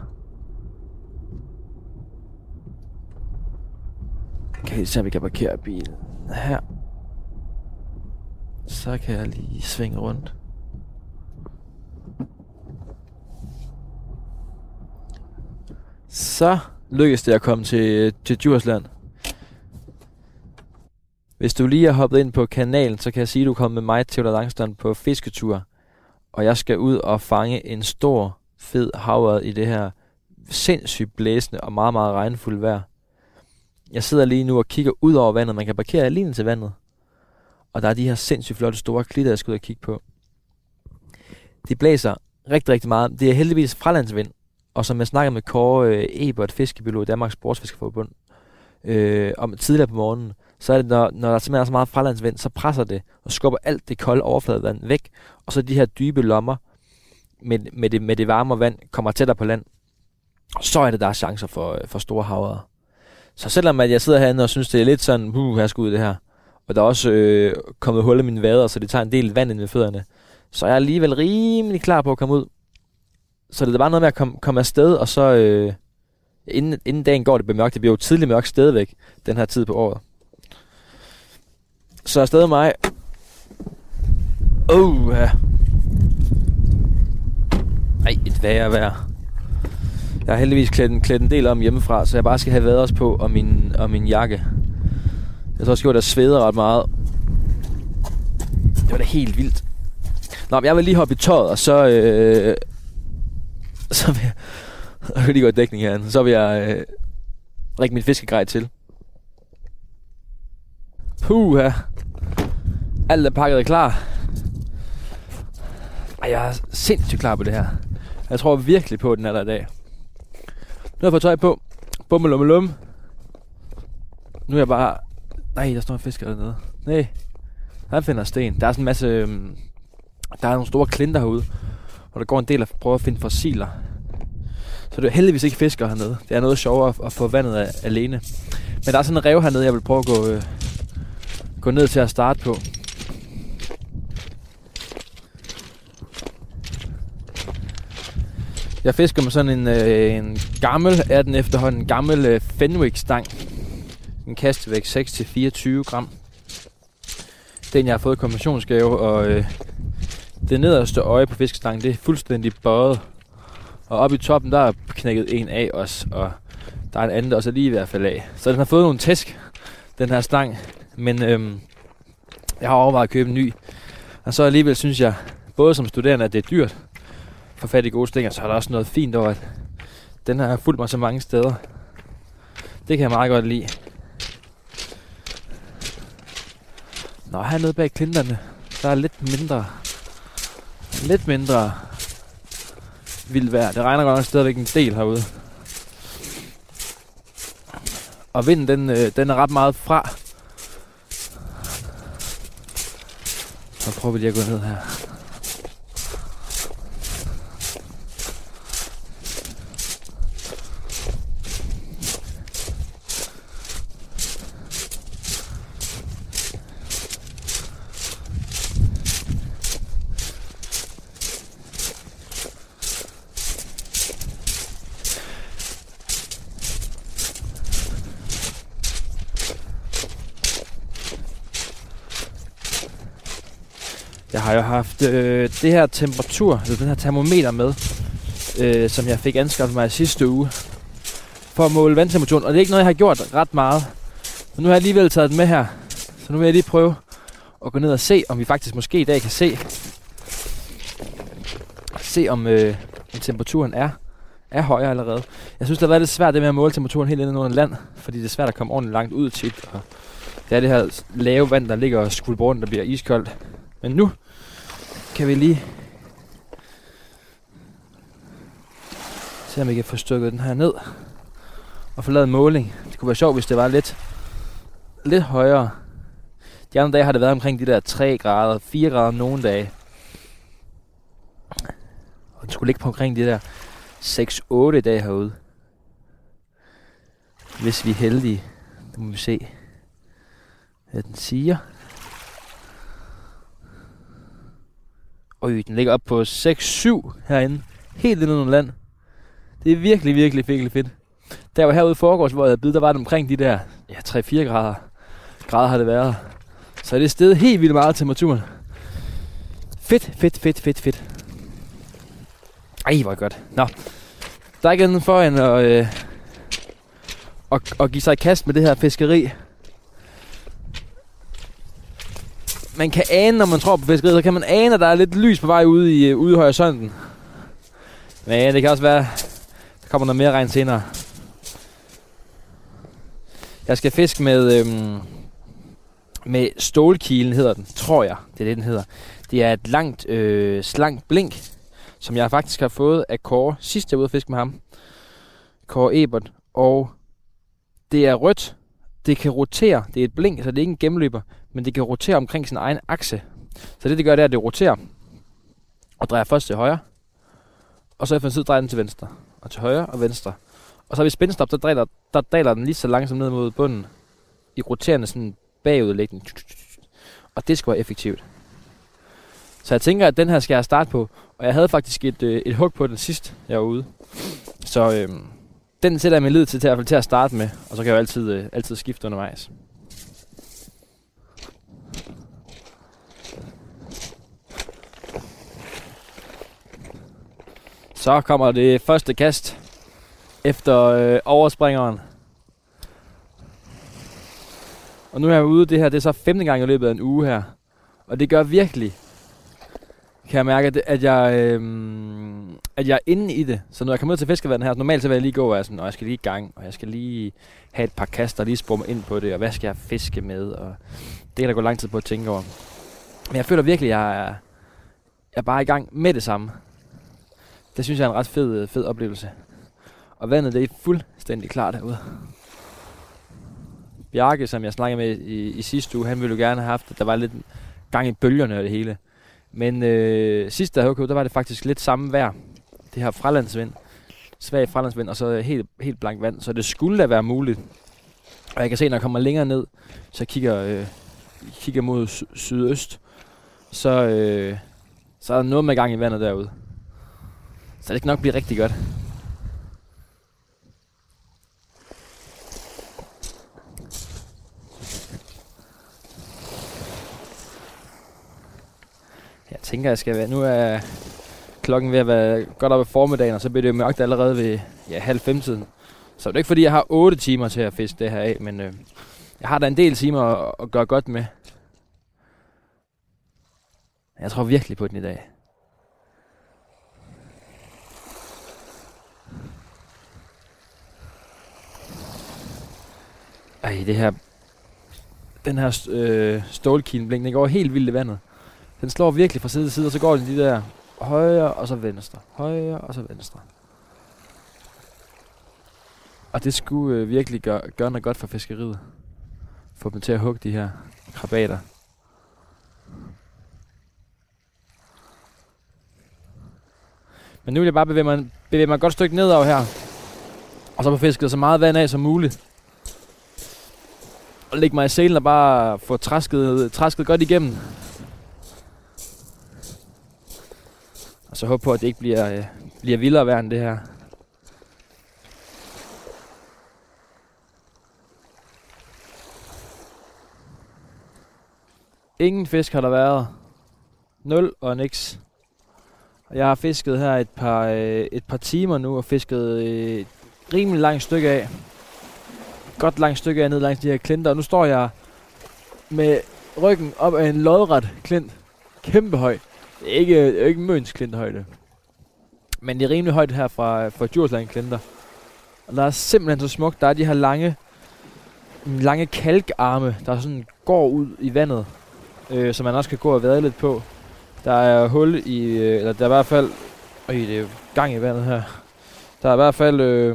Okay, så vi kan parkere bilen her. Så kan jeg lige svinge rundt. Så lykkedes det at komme til, til Djursland. Hvis du lige har hoppet ind på kanalen, så kan jeg sige, at du er kommet med mig, Theodor Langstrand, på fisketur. Og jeg skal ud og fange en stor, fed havørred i det her sindssygt blæsende og meget, meget regnfuldt vejr. Jeg sidder lige nu og kigger ud over vandet. Man kan parkere lige til vandet. Og der er de her sindssygt flotte store klitter, jeg skal ud og kigge på. Det blæser rigtig, rigtig meget. Det er heldigvis fralandsvind. Og som jeg snakkede med Kåre øh, Ebert, fiskebiolog i Danmarks Sportsfiskerforbund, øh, om tidligere på morgenen, så er det, når, når der simpelthen er så meget fralandsvind, så presser det og skubber alt det kolde overfladevand væk. Og så de her dybe lommer med, med, det, med det varme vand kommer tættere på land. Og så er det, der er chancer for, for store havørreder. Så selvom at jeg sidder herinde og synes, det er lidt sådan, uh, jeg skal ud i det her, og der er også øh, kommet hul i mine vader, så det tager en del vand ind ved fødderne, så er jeg alligevel rimelig klar på at komme ud. Så det er bare noget med at komme, komme afsted, og så øh, inden, inden dagen går det bemørkt. Det bliver jo tidligt mørkt stadigvæk, den her tid på året. Så afsted med mig. Oh, ja. Ej, et værre vejr. Jeg har heldigvis klædt en, klædt en del om hjemmefra, så jeg bare skal have vaders på og min, og min jakke. Jeg tror også, at jeg sveder ret meget. Det var da helt vildt. Nå, men jeg vil lige hoppe i tøjet, og så... Øh, så vil jeg... Jeg vil lige gå i dækning herinde. Så vil jeg øh, drikke min fiskegrej til. Puha. Alt er pakket og klar. Ej, jeg er sindssygt klar på det her. Jeg tror virkelig på, at den er der i dag. Nu har jeg fået tøj på. Bummelummelum. Nu er jeg bare... Nej, der står en fisker dernede. Nej. Han finder sten. Der er sådan en masse... Øhm, der er nogle store klinter herude. Og der går en del at prøve at finde fossiler. Så det er heldigvis ikke fisker hernede. Det er noget sjovere at få vandet af, alene. Men der er sådan en rev hernede, jeg vil prøve at gå, øh, gå ned til at starte på. Jeg fisker med sådan en, øh, en gammel, er den efterhånden, en gammel øh, Fenwick-stang. En kastevægt seks til fireogtyve gram. Den jeg har fået i konfirmationsgave, og øh, det nederste øje på fiskestangen, det er fuldstændig bøjet. Og oppe i toppen, der er knækket en af os, og der er en anden, der også er lige ved at falde af. Så den har fået nogle tæsk, den her stang. Men øhm, jeg har overvejet at købe en ny. Og så alligevel synes jeg, både som studerende, at det er dyrt for fat i gode stinger, så er der også noget fint over, at den har fulgt mig så mange steder. Det kan jeg meget godt lide. Nå, hernede bag klinterne, der er lidt mindre, lidt mindre vildt vejr. Det regner godt nok stadigvæk en del herude. Og vinden, den, øh, den er ret meget fra. Så prøver vi lige at gå ned her. Jeg har jo haft øh, det her temperatur, altså den her termometer med, øh, som jeg fik anskaffet mig sidste uge, for at måle vandtemperaturen. Og det er ikke noget, jeg har gjort ret meget. Men nu har jeg alligevel taget den med her. Så nu vil jeg lige prøve at gå ned og se, om vi faktisk måske i dag kan se, se om, øh, om temperaturen er, er højere allerede. Jeg synes, det har været lidt svært det med at måle temperaturen helt inde under land, fordi det er svært at komme ordentligt langt ud tit. Og det er det her lave vand, der ligger og skvulper rundt, der bliver iskoldt. Men nu kan vi lige se, om vi kan få stykket den her ned og få lavet en måling. Det kunne være sjovt, hvis det var lidt, lidt højere. De andre dage har det været omkring de der tre grader, fire grader nogle dage. Og den skulle ligge på omkring de der seks otte dage herude. Hvis vi er heldige. Nu må vi se, hvad den siger. Øj, den ligger op på seks syv herinde. Helt inde under land. Det er virkelig, virkelig, virkelig fedt. Der var herude i forgårs, hvor jeg havde bidt, der var det omkring de der ja, tre fire grader. Grader har det været. Så er det steget helt vildt meget temperaturen. Fedt, fedt, fedt, fedt, fedt. Ej, hvor godt. Nå, der er ikke andet for end at, øh, at, at give sig i kast med det her fiskeri. Man kan ane, når man tror på fiskeriet, så kan man ane, at der er lidt lys på vej ude i, ude i horisonten. Men det kan også være, der kommer noget mere regn senere. Jeg skal fiske med, øhm, med stålkilen, hedder den, tror jeg. Det er det, den hedder. Det er et langt, øh, slankt blink, som jeg faktisk har fået af Kåre, sidst jeg var ude at fiske med ham. Kåre Ebert. Og det er rødt. Det kan rotere. Det er et blink, så det er ikke en gennemløber, men det kan rotere omkring sin egen akse. Så det, det gør, det er, at det roterer og drejer først til højre, og så efter en tid drejer den til venstre, og til højre og venstre. Og så ved spændstop, der daler, der daler den lige så langsomt ned mod bunden, i roterende sådan bagudlægning. Og det skal være effektivt. Så jeg tænker, at den her skal jeg starte på, og jeg havde faktisk et, øh, et hug på den sidst, jeg var ude. Så øh, den sætter jeg min lid til, til, til at starte med, og så kan jeg jo altid, øh, altid skifte undervejs. Så kommer det første kast efter øh, overspringeren. Og nu er jeg ude, det her det er så femte gang i løbet af en uge her. Og det gør virkelig, kan jeg mærke, at jeg, øh, at jeg er inde i det. Så når jeg kommer ud til fiskevandet her, normalt så vil jeg lige gå og sådan, og jeg skal lige i gang, og jeg skal lige have et par kaster, og lige spore mig ind på det, og hvad skal jeg fiske med, og det kan der gå lang tid på at tænke over. Men jeg føler virkelig, at jeg er, jeg er bare i gang med det samme. Det synes jeg er en ret fed, fed oplevelse. Og vandet det er fuldstændig klart derude. Bjarke, som jeg snakkede med i, i sidste uge, han ville jo gerne have haft, at der var lidt gang i bølgerne og det hele. Men øh, sidste der der var det faktisk lidt samme vejr. Det her fralandsvind. Svag fralandsvind, og så helt, helt blank vand. Så det skulle da være muligt. Og jeg kan se, når jeg kommer længere ned, så jeg kigger, øh, kigger mod sy- sydøst, så, øh, så er der noget med gang i vandet derude. Så det kan nok blive rigtig godt. Jeg tænker, jeg skal være... Nu er klokken ved at være godt op i formiddagen, og så bliver det jo mørkt allerede ved ja, halv fem-tiden. Så det er ikke fordi, jeg har otte timer til at fiske det her af, men øh, jeg har da en del timer at, at gøre godt med. Jeg tror virkelig på den i dag. Ej, det her... Den her øh, stålkilenblink, den går helt vildt i vandet. Den slår virkelig fra side til side, og så går den de der højre og så venstre. Højre og så venstre. Og det skulle øh, virkelig gøre, gøre noget godt for fiskeriet. Få dem til at hugge de her krabater. Men nu vil jeg bare bevæge mig, bevæge mig et godt stykke nedover her. Og så få fisket så meget vand af som muligt. Og lægge mig i selen og bare få træsket, træsket godt igennem. Og så håbe på, at det ikke bliver, øh, bliver vildere vejr end det her. Ingen fisk har der været. Nul og niks. Og jeg har fisket her et par, øh, et par timer nu og fisket øh, et rimelig langt stykke af. Godt langt stykke af ned langs de her klinter. Og nu står jeg med ryggen op af en lodret klint. Kæmpe høj. Det er ikke, ikke Møns klinterhøjde. Men det er rimelig højt her fra, fra Djursland klinter. Og der er simpelthen så smukt. Der er de her lange, lange kalkarme, der sådan går ud i vandet. Øh, så man også kan gå og vade lidt på. Der er hul i, øh, eller der er i hvert fald, øj, det er jo gang i vandet her. Der er i hvert fald, øh,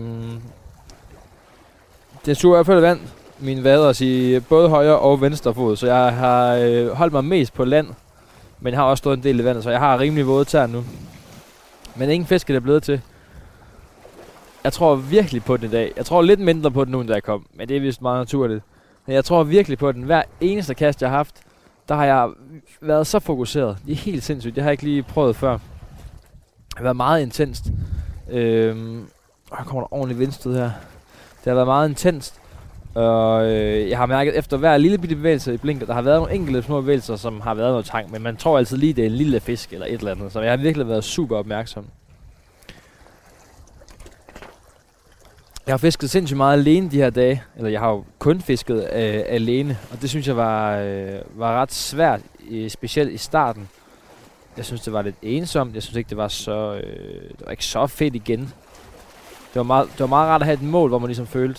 det suger i hvert fald vand, mine vader, i både højre og venstre fod. Så jeg har øh, holdt mig mest på land, men jeg har også stået en del i vandet, så jeg har rimelig våde tæer nu. Men ingen fisk er det blevet til. Jeg tror virkelig på den i dag. Jeg tror lidt mindre på den nu, end da jeg kom, men det er vist meget naturligt. Men jeg tror virkelig på den. Hver eneste kast, jeg har haft, der har jeg været så fokuseret. Det er helt sindssygt. Det har jeg ikke lige prøvet før. Det har været meget intenst. Øhm, her kommer der ordentligt vindstød her. Det har været meget intenst. Og øh, jeg har mærket efter hver lille bitte bevægelse i blinket, der har været nogle enkelte små bevægelser, som har været noget tang. Men man tror altid lige, det er en lille fisk eller et eller andet. Så jeg har virkelig været super opmærksom. Jeg har fisket sindssygt meget alene de her dage. Eller jeg har jo kun fisket øh, alene. Og det synes jeg var, øh, var ret svært, øh, specielt i starten. Jeg synes, det var lidt ensomt. Jeg synes ikke, det var så øh, det var ikke så fedt igen. Det var, meget, det var meget rart at have et mål, hvor man ligesom følte.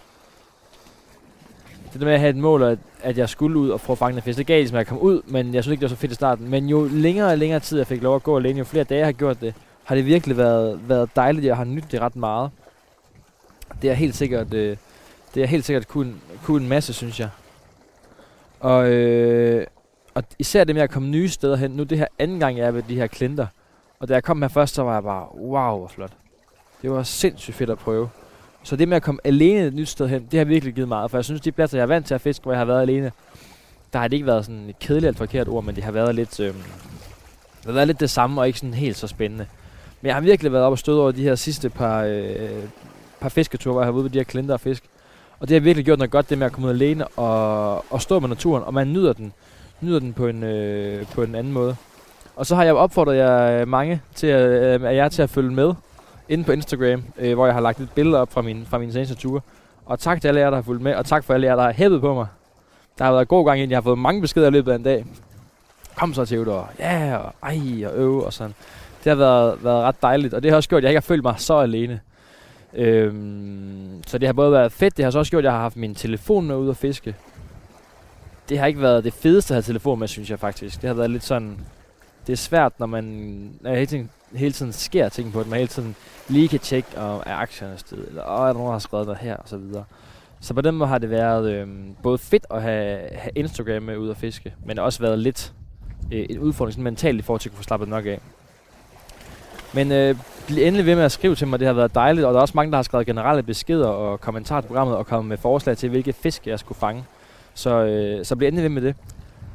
Det der med at have et mål, at, at jeg skulle ud og prøve at fange en fisk. Det gav ligesom, at jeg kom ud, men jeg synes ikke, det var så fedt i starten. Men jo længere og længere tid, jeg fik lov at gå alene, jo flere dage jeg har gjort det, har det virkelig været, været dejligt. Jeg har nydt det ret meget. Det er helt sikkert, øh, det er helt sikkert kun, kun en masse, synes jeg. Og, øh, og især det med at komme nye steder hen. Nu det her anden gang, jeg er ved de her klinter. Og da jeg kom her først, så var jeg bare, wow, hvor flot. Det var sindssygt fedt at prøve. Så det med at komme alene et nyt sted hen, det har virkelig givet meget. For jeg synes, de pladser, jeg er vant til at fiske, hvor jeg har været alene, der har det ikke været sådan et kedeligt eller forkert ord, men det har været lidt, øh, det har været lidt det samme, og ikke sådan helt så spændende. Men jeg har virkelig været op og støde over de her sidste par, øh, par fisketure, hvor jeg har været ude ved de her klinter og fisk. Og det har virkelig gjort noget godt, det med at komme ud alene og, og stå med naturen, og man nyder den, nyder den på en, øh, på en anden måde. Og så har jeg opfordret jer mange til at, øh, at jer til at følge med inde på Instagram, øh, hvor jeg har lagt et billede op fra min, fra min seneste ture. Og tak til alle jer, der har fulgt med, og tak for alle jer, der har hæppet på mig. Der har været god gang ind. Jeg har fået mange beskeder i løbet af en dag. Kom så, Theodor. Ja, yeah, og ej, og øve, og sådan. Det har været, været ret dejligt, og det har også gjort, at jeg ikke har følt mig så alene. Øhm, så det har både været fedt, det har så også gjort, at jeg har haft min telefon med ude at fiske. Det har ikke været det fedeste at have telefon med, synes jeg faktisk. Det har været lidt sådan... Det er svært, når man når hele, tiden, hele tiden sker ting på det. Man hele tiden lige kan tjekke, om er aktierne sted, eller åh, er der nogen, der har skrevet noget her, og så videre. Så på den måde har det været øh, både fedt at have, have Instagram med ude at fiske, men også været lidt øh, en udfordring sådan mentalt i forhold til at kunne få slappet nok af. Men øh, bliv endelig ved med at skrive til mig, det har været dejligt, og der er også mange, der har skrevet generelle beskeder og kommentarer til programmet, og kommet med forslag til, hvilke fisk jeg skulle fange. Så, øh, så bliv endelig ved med det.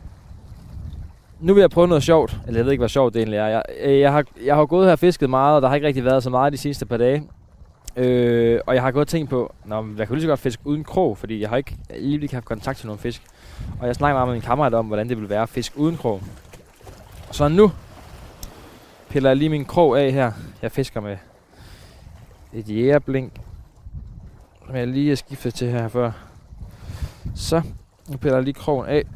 Nu vil jeg prøve noget sjovt, eller jeg ved ikke, hvad sjovt det egentlig er. Jeg, jeg, har, jeg har gået her og fisket meget, og der har ikke rigtig været så meget de sidste par dage. Øh, og jeg har gået tænkt på, nå, jeg kan lige så godt fiske uden krog, fordi jeg har ikke lige ikke haft kontakt til nogle fisk. Og jeg snakker meget med min kammerat om, hvordan det ville være at fiske uden krog. Så nu piller jeg lige min krog af her. Jeg fisker med et jægerblink, som jeg lige har skiftet til her før. Så nu piller jeg lige krogen af.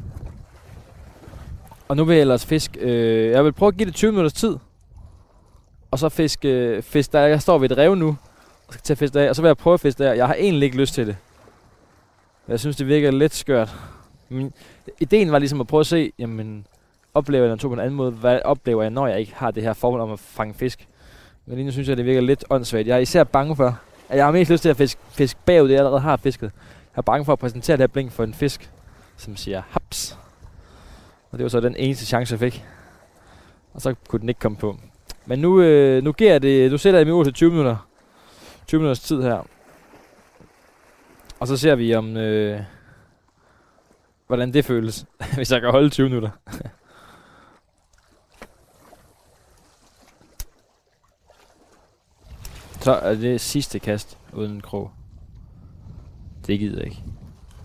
Og nu vil jeg ellers fiske. Øh, jeg vil prøve at give det tyve minutters tid. Og så fiske, øh, fisk der. Jeg står ved et rev nu. Og skal til at fiske der. Og så vil jeg prøve at fiske der. Jeg har egentlig ikke lyst til det. Jeg synes, det virker lidt skørt. Men ideen var ligesom at prøve at se, jamen, oplever jeg natur på en anden måde? Hvad oplever jeg, når jeg ikke har det her formål om at fange fisk? Men lige nu synes jeg, det virker lidt åndssvagt. Jeg er især bange for, at jeg har mest lyst til at fiske, fiske bagud, det jeg allerede har fisket. Jeg er bange for at præsentere det her blink for en fisk, som siger haps. Og det var så den eneste chance, jeg fik. Og så kunne den ikke komme på. Men nu, øh, nu giver jeg det, nu sætter jeg mig ud til tyve minutter. tyve minutters tid her. Og så ser vi om, øh, hvordan det føles, hvis jeg kan holde tyve minutter. Så er det sidste kast uden krog. Det gider jeg ikke.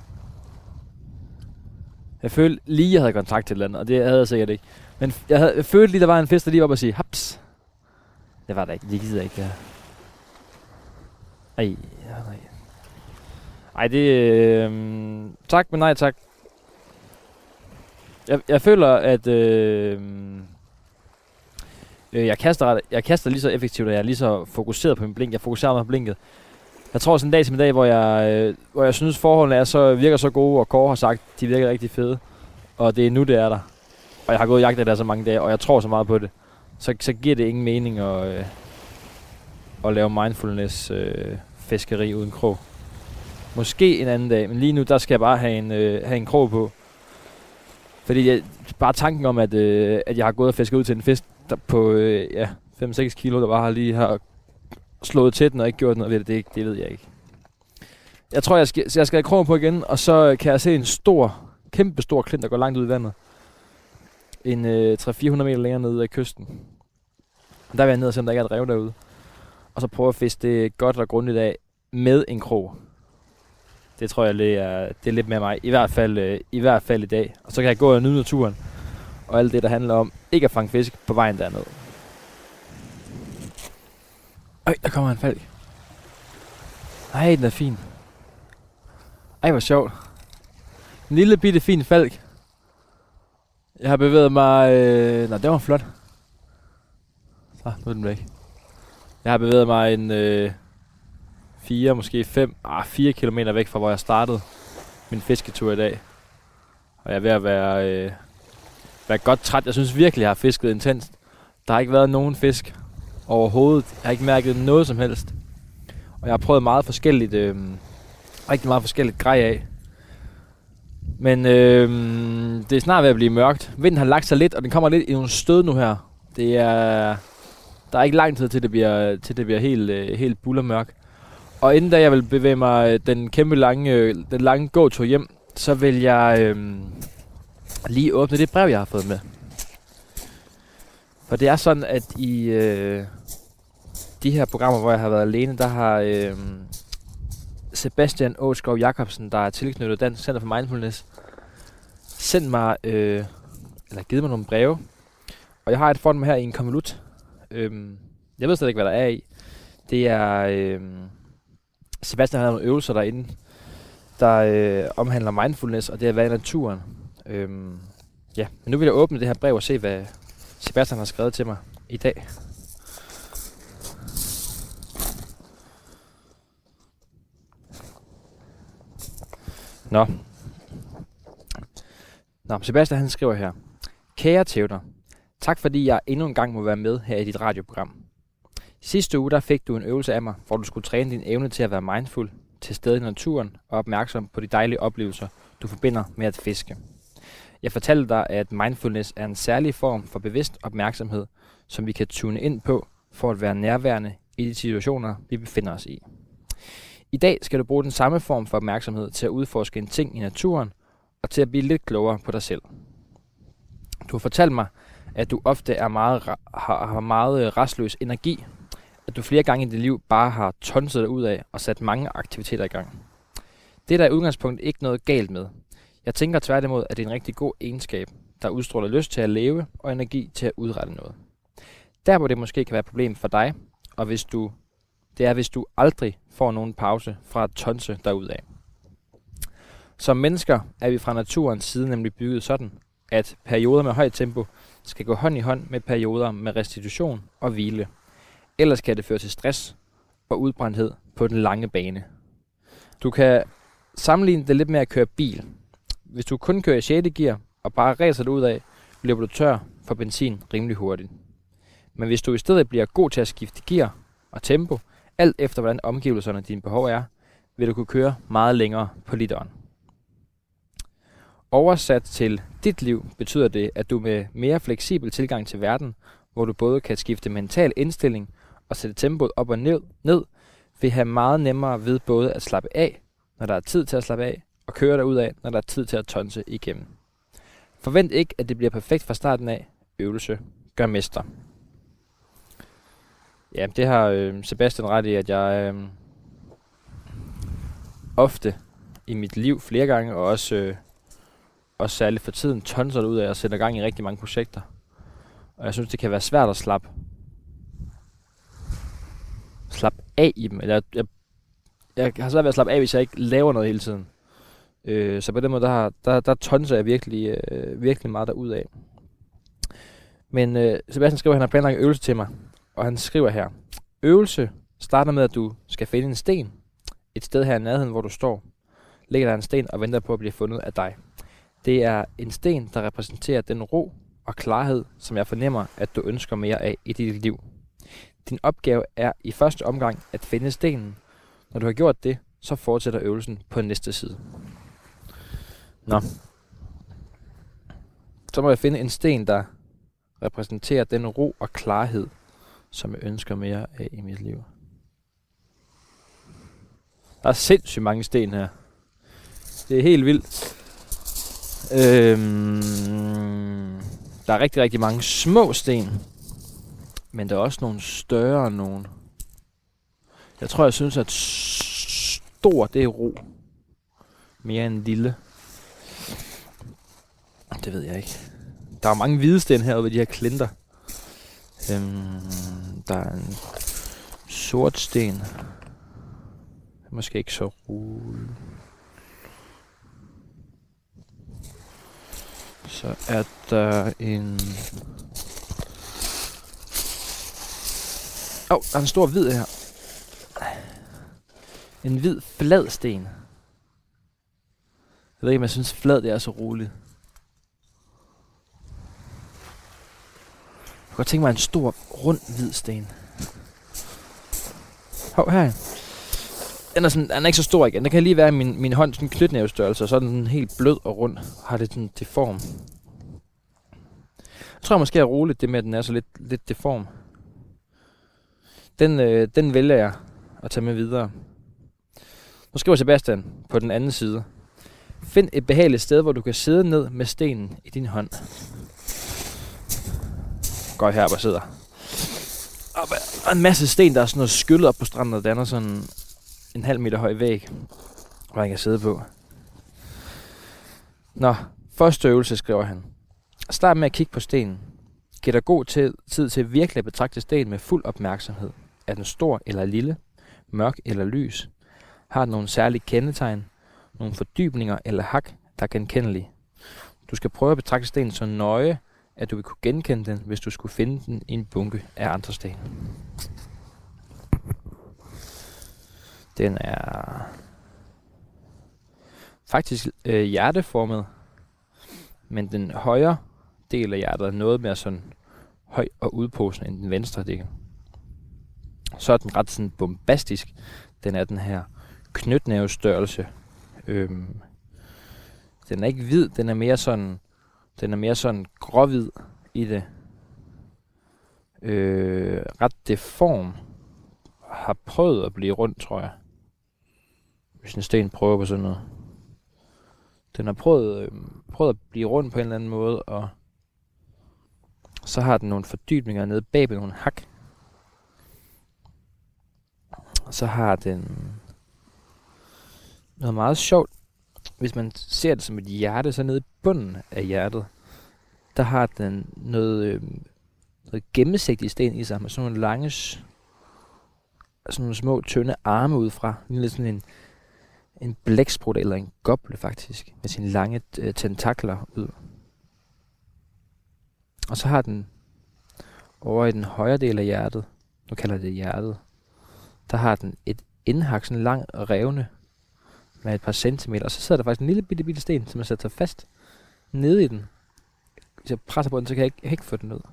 Jeg følte lige, jeg havde kontakt til et eller andet, og det havde jeg sikkert ikke. Men jeg, havde, jeg følte lige, der var en fisk, der lige var oppe og sige, haps. Det var der ikke. Det gider jeg ikke, det her. Ej, nej. Ej, det øh, tak, men nej tak. Jeg, jeg føler, at øh, øh, jeg, kaster, jeg kaster lige så effektivt, og jeg er lige så fokuseret på min blink. Jeg fokuserer på blinket. Jeg tror sådan en dag som en dag, hvor jeg, øh, hvor jeg synes forholdene er så, virker så gode, og Kåre har sagt, de virker rigtig fede. Og det er nu, det er der. Og jeg har gået og jagtet der så mange dage, og jeg tror så meget på det. Så, så giver det ingen mening at, øh, at lave mindfulness øh, fiskeri uden krog. Måske en anden dag, men lige nu, der skal jeg bare have en, øh, have en krog på. Fordi jeg, bare tanken om, at, øh, at jeg har gået og fisket ud til en fisk der på øh, ja, fem seks kilo, der bare har lige har slået til den og ikke gjort noget ved det, det, det ved jeg ikke. Jeg tror, jeg skal, jeg skal have krog på igen, og så kan jeg se en stor, kæmpe stor klint, der går langt ud i vandet. en øh, tre til fire hundrede meter længere nede af kysten. Der vil jeg ned og se, om der ikke er et rev derude. Og så prøve at fiske det godt og grundigt af med en krog. Det tror jeg, det er, det er lidt mere mig. I hvert fald, øh, i hvert fald i dag. Og så kan jeg gå og nyde naturen. Og alt det, der handler om ikke at fange fisk på vejen dernede. Øj, der kommer en falk. Ej, den er fin. Ej, hvor sjovt. En lille bitte fin falk. Jeg har bevæget mig... Øh... Nå, det var flot. Så, nu er den væk. Jeg har bevæget mig en... Øh... fire, måske fem, ah, fire kilometer væk fra, hvor jeg startede min fisketur i dag. Og jeg er ved at være, øh... være godt træt. Jeg synes virkelig, jeg har fisket intenst. Der har ikke været nogen fisk overhovedet. Jeg har ikke mærket noget som helst. Og jeg har prøvet meget forskelligt... Øh... rigtig meget forskelligt grej af. Men øh, det er snart ved at blive mørkt. Vinden har lagt sig lidt, og den kommer lidt i nogle stød nu her. Det er, der er ikke lang tid til det bliver, til det bliver helt, øh, helt bullermørk. Og inden da jeg vil bevæge mig den kæmpe lange, øh, den lange gåtur hjem, så vil jeg øh, lige åbne det brev, jeg har fået med. For det er sådan, at i øh, de her programmer, hvor jeg har været alene, der har... Øh, Sebastian Åskov Jacobsen, der er tilknyttet Dansk Center for Mindfulness, sendt mig, øh, eller givet mig nogle breve. Og jeg har et for dem her i en konvolut. Øhm, jeg ved slet ikke, hvad der er i. Det er, øh, Sebastian har nogle øvelser derinde, der øh, omhandler mindfulness, og det er at være i naturen. Øhm, ja, men nu vil jeg åbne det her brev og se, hvad Sebastian har skrevet til mig i dag. Nå. Nå, Sebastian han skriver her. Kære Theodor, tak fordi jeg endnu en gang må være med her i dit radioprogram. Sidste uge der fik du en øvelse af mig, hvor du skulle træne din evne til at være mindful, til stede i naturen og opmærksom på de dejlige oplevelser, du forbinder med at fiske. Jeg fortalte dig, at mindfulness er en særlig form for bevidst opmærksomhed, som vi kan tune ind på for at være nærværende i de situationer, vi befinder os i. I dag skal du bruge den samme form for opmærksomhed til at udforske en ting i naturen og til at blive lidt klogere på dig selv. Du har fortalt mig, at du ofte er meget, har, har meget restløs energi, at du flere gange i dit liv bare har tonset dig ud af og sat mange aktiviteter i gang. Det er der i udgangspunktet ikke noget galt med. Jeg tænker tværtimod, at det er en rigtig god egenskab, der udstråler lyst til at leve og energi til at udrette noget. Der hvor det måske kan være et problem for dig, og hvis du, det er hvis du aldrig får nogen pause fra at tonse derudad. Som mennesker er vi fra naturens side nemlig bygget sådan, at perioder med højt tempo skal gå hånd i hånd med perioder med restitution og hvile. Ellers kan det føre til stress og udbrændthed på den lange bane. Du kan sammenligne det lidt med at køre bil. Hvis du kun kører i sjette gear og bare ræser dig ud af, løber du tør for benzin rimelig hurtigt. Men hvis du i stedet bliver god til at skifte gear og tempo, alt efter hvordan omgivelserne dine behov er, vil du kunne køre meget længere på literen. Oversat til dit liv betyder det, at du med mere fleksibel tilgang til verden, hvor du både kan skifte mental indstilling og sætte tempoet op og ned, ned vil have meget nemmere ved både at slappe af, når der er tid til at slappe af, og køre dig ud af, når der er tid til at tonse igennem. Forvent ikke, at det bliver perfekt fra starten af. Øvelse gør mester. Ja, det har øh, Sebastian ret i, at jeg øh, ofte i mit liv flere gange, og også, øh, også særligt for tiden, tonser ud af og sætter gang i rigtig mange projekter. Og jeg synes, det kan være svært at slappe, slappe af i dem. Jeg, jeg, jeg har svært ved at slappe af, hvis jeg ikke laver noget hele tiden. Øh, så på den måde, der, har, der, der tonser jeg virkelig, øh, virkelig meget derudad. Men øh, Sebastian skriver, at han har planlagt en øvelse til mig. Og han skriver her. Øvelse starter med, at du skal finde en sten. Et sted her i nærheden, hvor du står. Ligger der en sten og venter på at blive fundet af dig. Det er en sten, der repræsenterer den ro og klarhed, som jeg fornemmer, at du ønsker mere af i dit liv. Din opgave er i første omgang at finde stenen. Når du har gjort det, så fortsætter øvelsen på næste side. Nå. Så må jeg finde en sten, der repræsenterer den ro og klarhed, som jeg ønsker mere af i mit liv. Der er sindssygt mange sten her. Det er helt vildt. Øhm, Der er rigtig, rigtig mange små sten. Men der er også nogle større nogen. Jeg tror, jeg synes, at stor, det er ro. Mere end lille. Det ved jeg ikke. Der er mange hvide sten herude ved de her klinter. Øhm, der er en sort sten. Det er måske ikke så roligt. Så er der en... Åh, oh, der er en stor hvid her. En hvid flad sten. Jeg ved ikke, om jeg synes flad det er så roligt. Jeg kan godt tænke mig en stor, rund, hvid sten. Hov, her. Den er, sådan, den er ikke så stor igen. Den kan lige være min, min hånd sådan knytnævestørrelse, og så er den helt blød og rund. Har det sådan deform. Jeg tror måske er roligt, det med, at den er så lidt, lidt deform. Den, øh, den vælger jeg at tage med videre. Nu skriver Sebastian på den anden side. Find et behageligt sted, hvor du kan sidde ned med stenen i din hånd. Går her og sidder. Og en masse sten, der er sådan noget skyllet op på stranden, og danner sådan en halv meter høj væg, hvor jeg kan sidde på. Nå, første øvelse, skriver han. Start med at kigge på stenen. Giv dig god tid, tid til virkelig at betragte stenen med fuld opmærksomhed. Er den stor eller lille? Mørk eller lys? Har den nogle særlige kendetegn? Nogle fordybninger eller hak, der er genkendelige? Du skal prøve at betragte stenen så nøje, at du vil kunne genkende den, hvis du skulle finde den i en bunke af andre sten. Den er faktisk øh, hjerteformet, men den højre del af hjertet er noget mere sådan høj og udposende end den venstre del. Så er den ret sådan bombastisk. Den er den her knytnævestørrelse. Øhm, den er ikke hvid, den er mere sådan, den er mere sådan gråhvid i det. Øh, ret deform. Har prøvet at blive rundt, tror jeg. Hvis en sten prøver på sådan noget. Den har prøvet, øh, prøvet at blive rundt på en eller anden måde, og så har den nogle fordybninger nede bag ved nogle hak. Og så har den noget meget sjovt. Hvis man ser det som et hjerte, så nede i bunden af hjertet, der har den noget, øh, noget gennemsigtig sten i sig, med sådan nogle lange, sådan nogle små, tynde arme udefra. Lidt sådan en, en blæksprut eller en goble faktisk, med sine lange øh, tentakler ud. Og så har den over i den højre del af hjertet, nu kalder jeg det hjertet, der har den et indhak, sådan lang revne med et par centimeter, og så sidder der faktisk en lille bitte, bitte sten, som man sætter sig fast nede i den. Hvis jeg presser på den, så kan jeg ikke, jeg kan ikke få den ud.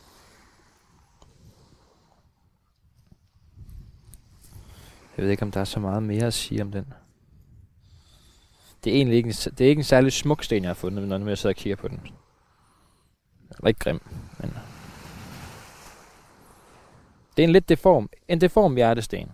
Jeg ved ikke, om der er så meget mere at sige om den. Det er egentlig ikke en, det er ikke en særlig smuk sten, jeg har fundet, når jeg sidder og kigger på den. Den er ikke grim, men det er en lidt deform, en deform hjertesten.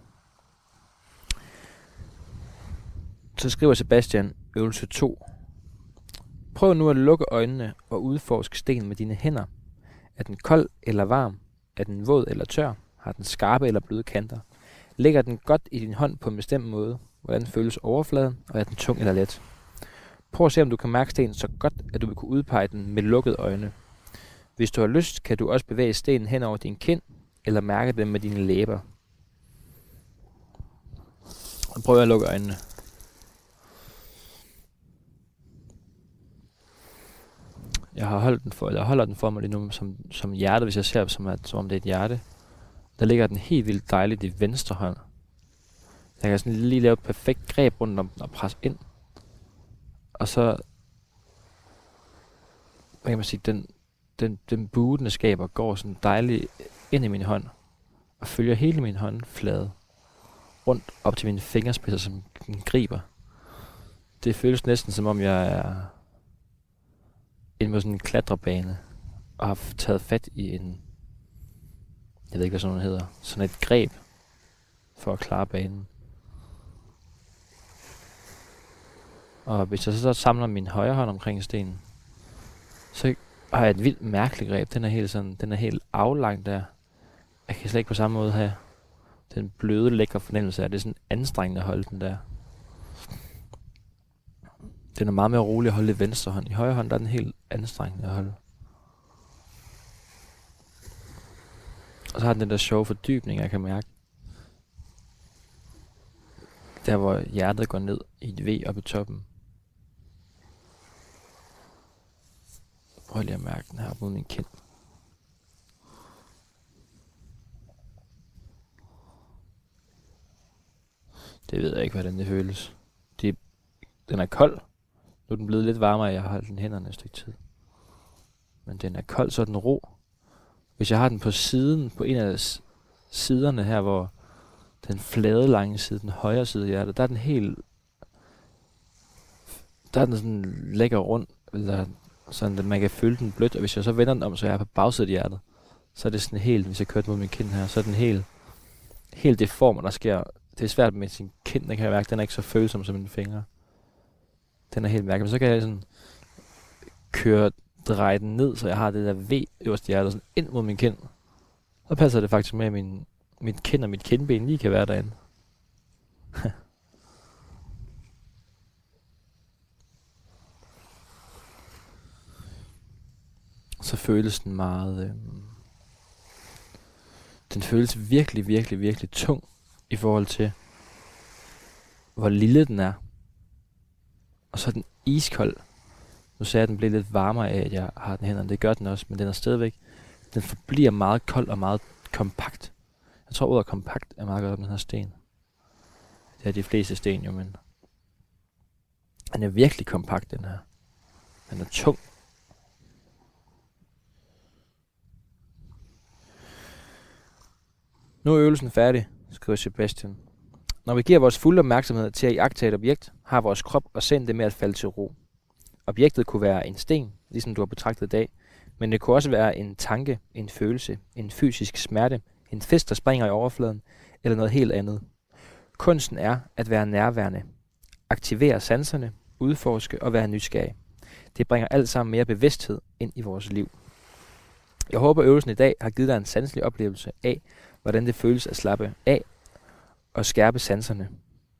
Så skriver Sebastian øvelse to. Prøv nu at lukke øjnene og udforske stenen med dine hænder. Er den kold eller varm? Er den våd eller tør? Har den skarpe eller bløde kanter? Ligger den godt i din hånd på en bestemt måde? Hvordan føles overfladen? Og er den tung eller let? Prøv at se, om du kan mærke stenen så godt, at du vil kunne udpege den med lukkede øjne. Hvis du har lyst, kan du også bevæge stenen hen over din kind, eller mærke den med dine læber. Og prøv at lukke øjnene. Jeg har holdt den for, jeg holder den for mig lige nu som, som hjerte, hvis jeg ser det som, at, som om det er et hjerte. Der ligger den helt vildt dejligt i venstre hånd. Jeg kan sådan lige lave et perfekt greb rundt om den og presse ind. Og så, hvad kan man sige, den, den, den bue, den skaber, går sådan dejligt ind i min hånd. Og følger hele min håndflade rundt op til mine fingerspidser, som den griber. Det føles næsten som om jeg er inde på sådan en klatrebane og har taget fat i en, jeg ved ikke hvad sådan noget hedder, sådan et greb for at klare banen. Og hvis jeg så samler min højre hånd omkring stenen, så Og har et vildt mærkeligt greb. Den er helt sådan, den er helt aflang der. Jeg kan slet ikke på samme måde have den bløde, lækre fornemmelse af, det er sådan anstrengende at holde den der. Den er meget mere rolig at holde i venstre hånd. I højre hånd, der er den helt anstrengende at holde. Og så har den den der sjove fordybning, jeg kan mærke. Der hvor hjertet går ned i et V oppe i toppen. Prøv lige at mærke den her mod min kind. Det ved jeg ikke, hvordan det føles. Det, den er kold. Nu er den blevet lidt varmere, jeg har holdt den hænderne et stykke tid. Men den er kold, så er den ro. Hvis jeg har den på siden, på en af siderne her, hvor den flade lange side, den højre side af hjertet, der er den helt, der er den sådan lækker rundt, eller sådan, at man kan føle den blødt, og hvis jeg så vender den om, så jeg er på bagsiden af hjertet, så er det sådan helt, hvis jeg kører mod min kind her, så er den helt, helt deform, og der sker, det er svært med sin kind, den kan jeg mærke, den er ikke så følsom som mine fingre. Den er helt mærkelig, men så kan jeg sådan køre, dreje den ned, så jeg har det der V øverst i hjertet, sådan ind mod min kind. Så passer det faktisk med, at min, mit kind og mit kindben lige kan være derinde. Så føles den meget, øh, den føles virkelig, virkelig, virkelig tung i forhold til, hvor lille den er. Og så er den iskold. Nu sagde jeg, at den blev lidt varmere af, at jeg har den hænderne. Det gør den også, men den er stadigvæk, den forbliver meget kold og meget kompakt. Jeg tror, ordet kompakt er meget godt om den her sten. Det er de fleste sten jo, men den er virkelig kompakt, den her. Den er tung. Nu er øvelsen færdig, skriver Sebastian. Når vi giver vores fulde opmærksomhed til at iagttage et objekt, har vores krop og sind det med at falde til ro. Objektet kunne være en sten, ligesom du har betragtet i dag, men det kunne også være en tanke, en følelse, en fysisk smerte, en fisk, der springer i overfladen, eller noget helt andet. Kunsten er at være nærværende, aktivere sanserne, udforske og være nysgerrig. Det bringer alt sammen mere bevidsthed ind i vores liv. Jeg håber, øvelsen i dag har givet dig en sanselig oplevelse af, hvordan det føles at slappe af og skærpe sanserne.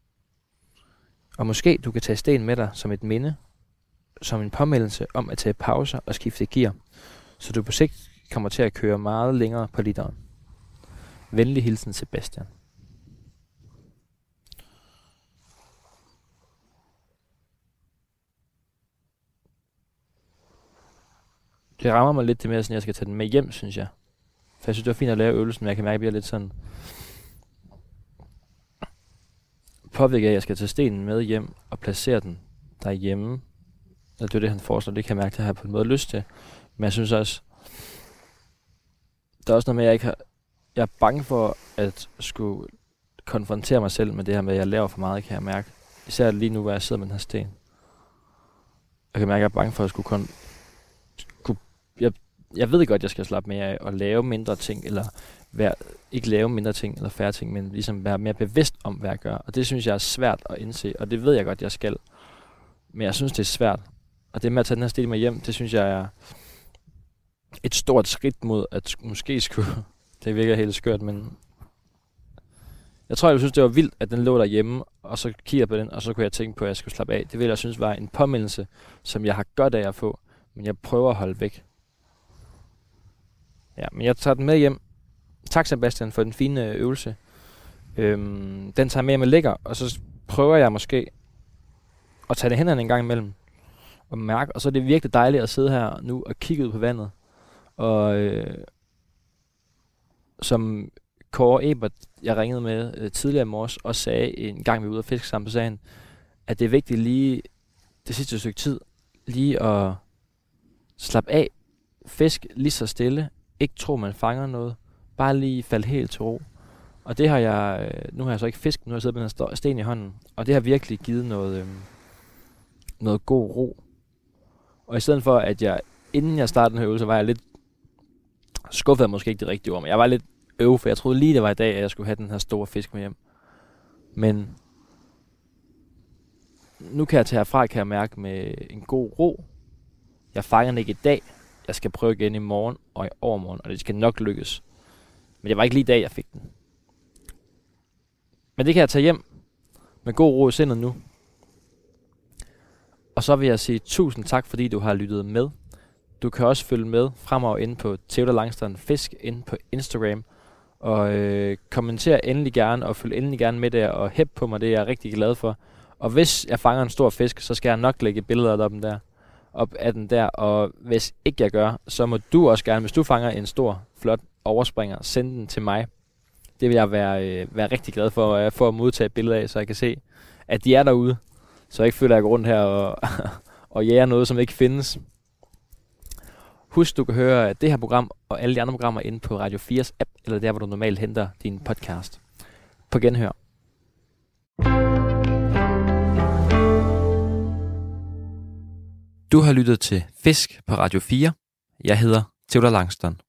Og måske du kan tage sten med dig som et minde, som en påmeldelse om at tage pauser og skifte gear, så du på sigt kommer til at køre meget længere på literen. Venlig hilsen, Sebastian. Det rammer mig lidt det med, at jeg skal tage den med hjem, synes jeg. For jeg synes, det var fint at lave øvelsen, men jeg kan mærke, at jeg bliver lidt sådan påvirket af, at jeg skal tage stenen med hjem og placere den derhjemme. Og det er det, han foreslår. Det kan jeg mærke, at jeg har på en måde lyst til. Men jeg synes også, der er også noget med, at jeg ikke har, jeg er bange for at skulle konfrontere mig selv med det her med, at jeg laver for meget, kan jeg mærke. Især lige nu, hvor jeg sidder med den her sten. Jeg kan mærke, at jeg er bange for at skulle kon... Kunne, jeg, jeg ved godt, at jeg skal slappe mere af og lave mindre ting, eller være, ikke lave mindre ting eller færre ting, men ligesom være mere bevidst om, hvad jeg gør. Og det synes jeg er svært at indse, og det ved jeg godt, jeg skal. Men jeg synes, det er svært. Og det med at tage den her sten med hjem, det synes jeg er et stort skridt mod at måske skulle... Det virker helt skørt, men jeg tror, jeg synes, det var vildt, at den lå derhjemme, og så kigger jeg på den, og så kunne jeg tænke på, at jeg skulle slappe af. Det ville jeg synes var en påmindelse, som jeg har godt af at få, men jeg prøver at holde væk. Ja, men jeg tager den med hjem. Tak, Sebastian, for den fine øvelse. Øhm, den tager med med lækker, og så prøver jeg måske at tage det hænderne en gang imellem og mærke, og så er det virkelig dejligt at sidde her nu og kigge ud på vandet. Og øh, som Kåre Ebert, jeg ringede med øh, tidligere i morges, og sagde en gang, vi var ude og fiske sammen, så sagde han, at det er vigtigt lige det sidste stykke tid, lige at slappe af, fisk lige så stille, ikke tro, man fanger noget, bare lige falde helt til ro. Og det har jeg, nu har jeg så ikke fisket, nu har jeg siddet med den her sten i hånden, og det har virkelig givet noget, øh, noget god ro. Og i stedet for, at jeg, inden jeg startede den her øvelse, var jeg lidt skuffet, er måske ikke det rigtige ord, men jeg var lidt øv, for jeg troede lige, det var i dag, at jeg skulle have den her store fisk med hjem. Men nu kan jeg tage herfra, kan jeg mærke med en god ro. Jeg fanger den ikke i dag. jeg skal prøve igen i morgen og i overmorgen, og det skal nok lykkes. Men det var ikke lige i dag, jeg fik den. Men det kan jeg tage hjem med god ro i sindet nu. Og så vil jeg sige tusind tak, fordi du har lyttet med. Du kan også følge med fremover inde på Theodor Langstrand Fisk inde på Instagram. Og øh, kommenter endelig gerne, og følg endelig gerne med der, og hæb på mig, det er jeg rigtig glad for. Og hvis jeg fanger en stor fisk, så skal jeg nok lægge billeder op, den der, op af den der. Og hvis ikke jeg gør, så må du også gerne, hvis du fanger en stor, flot overspringer, sende den til mig. Det vil jeg være, øh, være rigtig glad for, at jeg får at modtage billeder af, så jeg kan se, at de er derude. Så jeg ikke føler, at jeg går rundt her og, og jager noget, som ikke findes. Husk, du kan høre det her program og alle de andre programmer inde på Radio fires app, eller der, hvor du normalt henter din podcast. På genhør. Du har lyttet til Fisk på Radio fire. Jeg hedder Theodor Langstrand.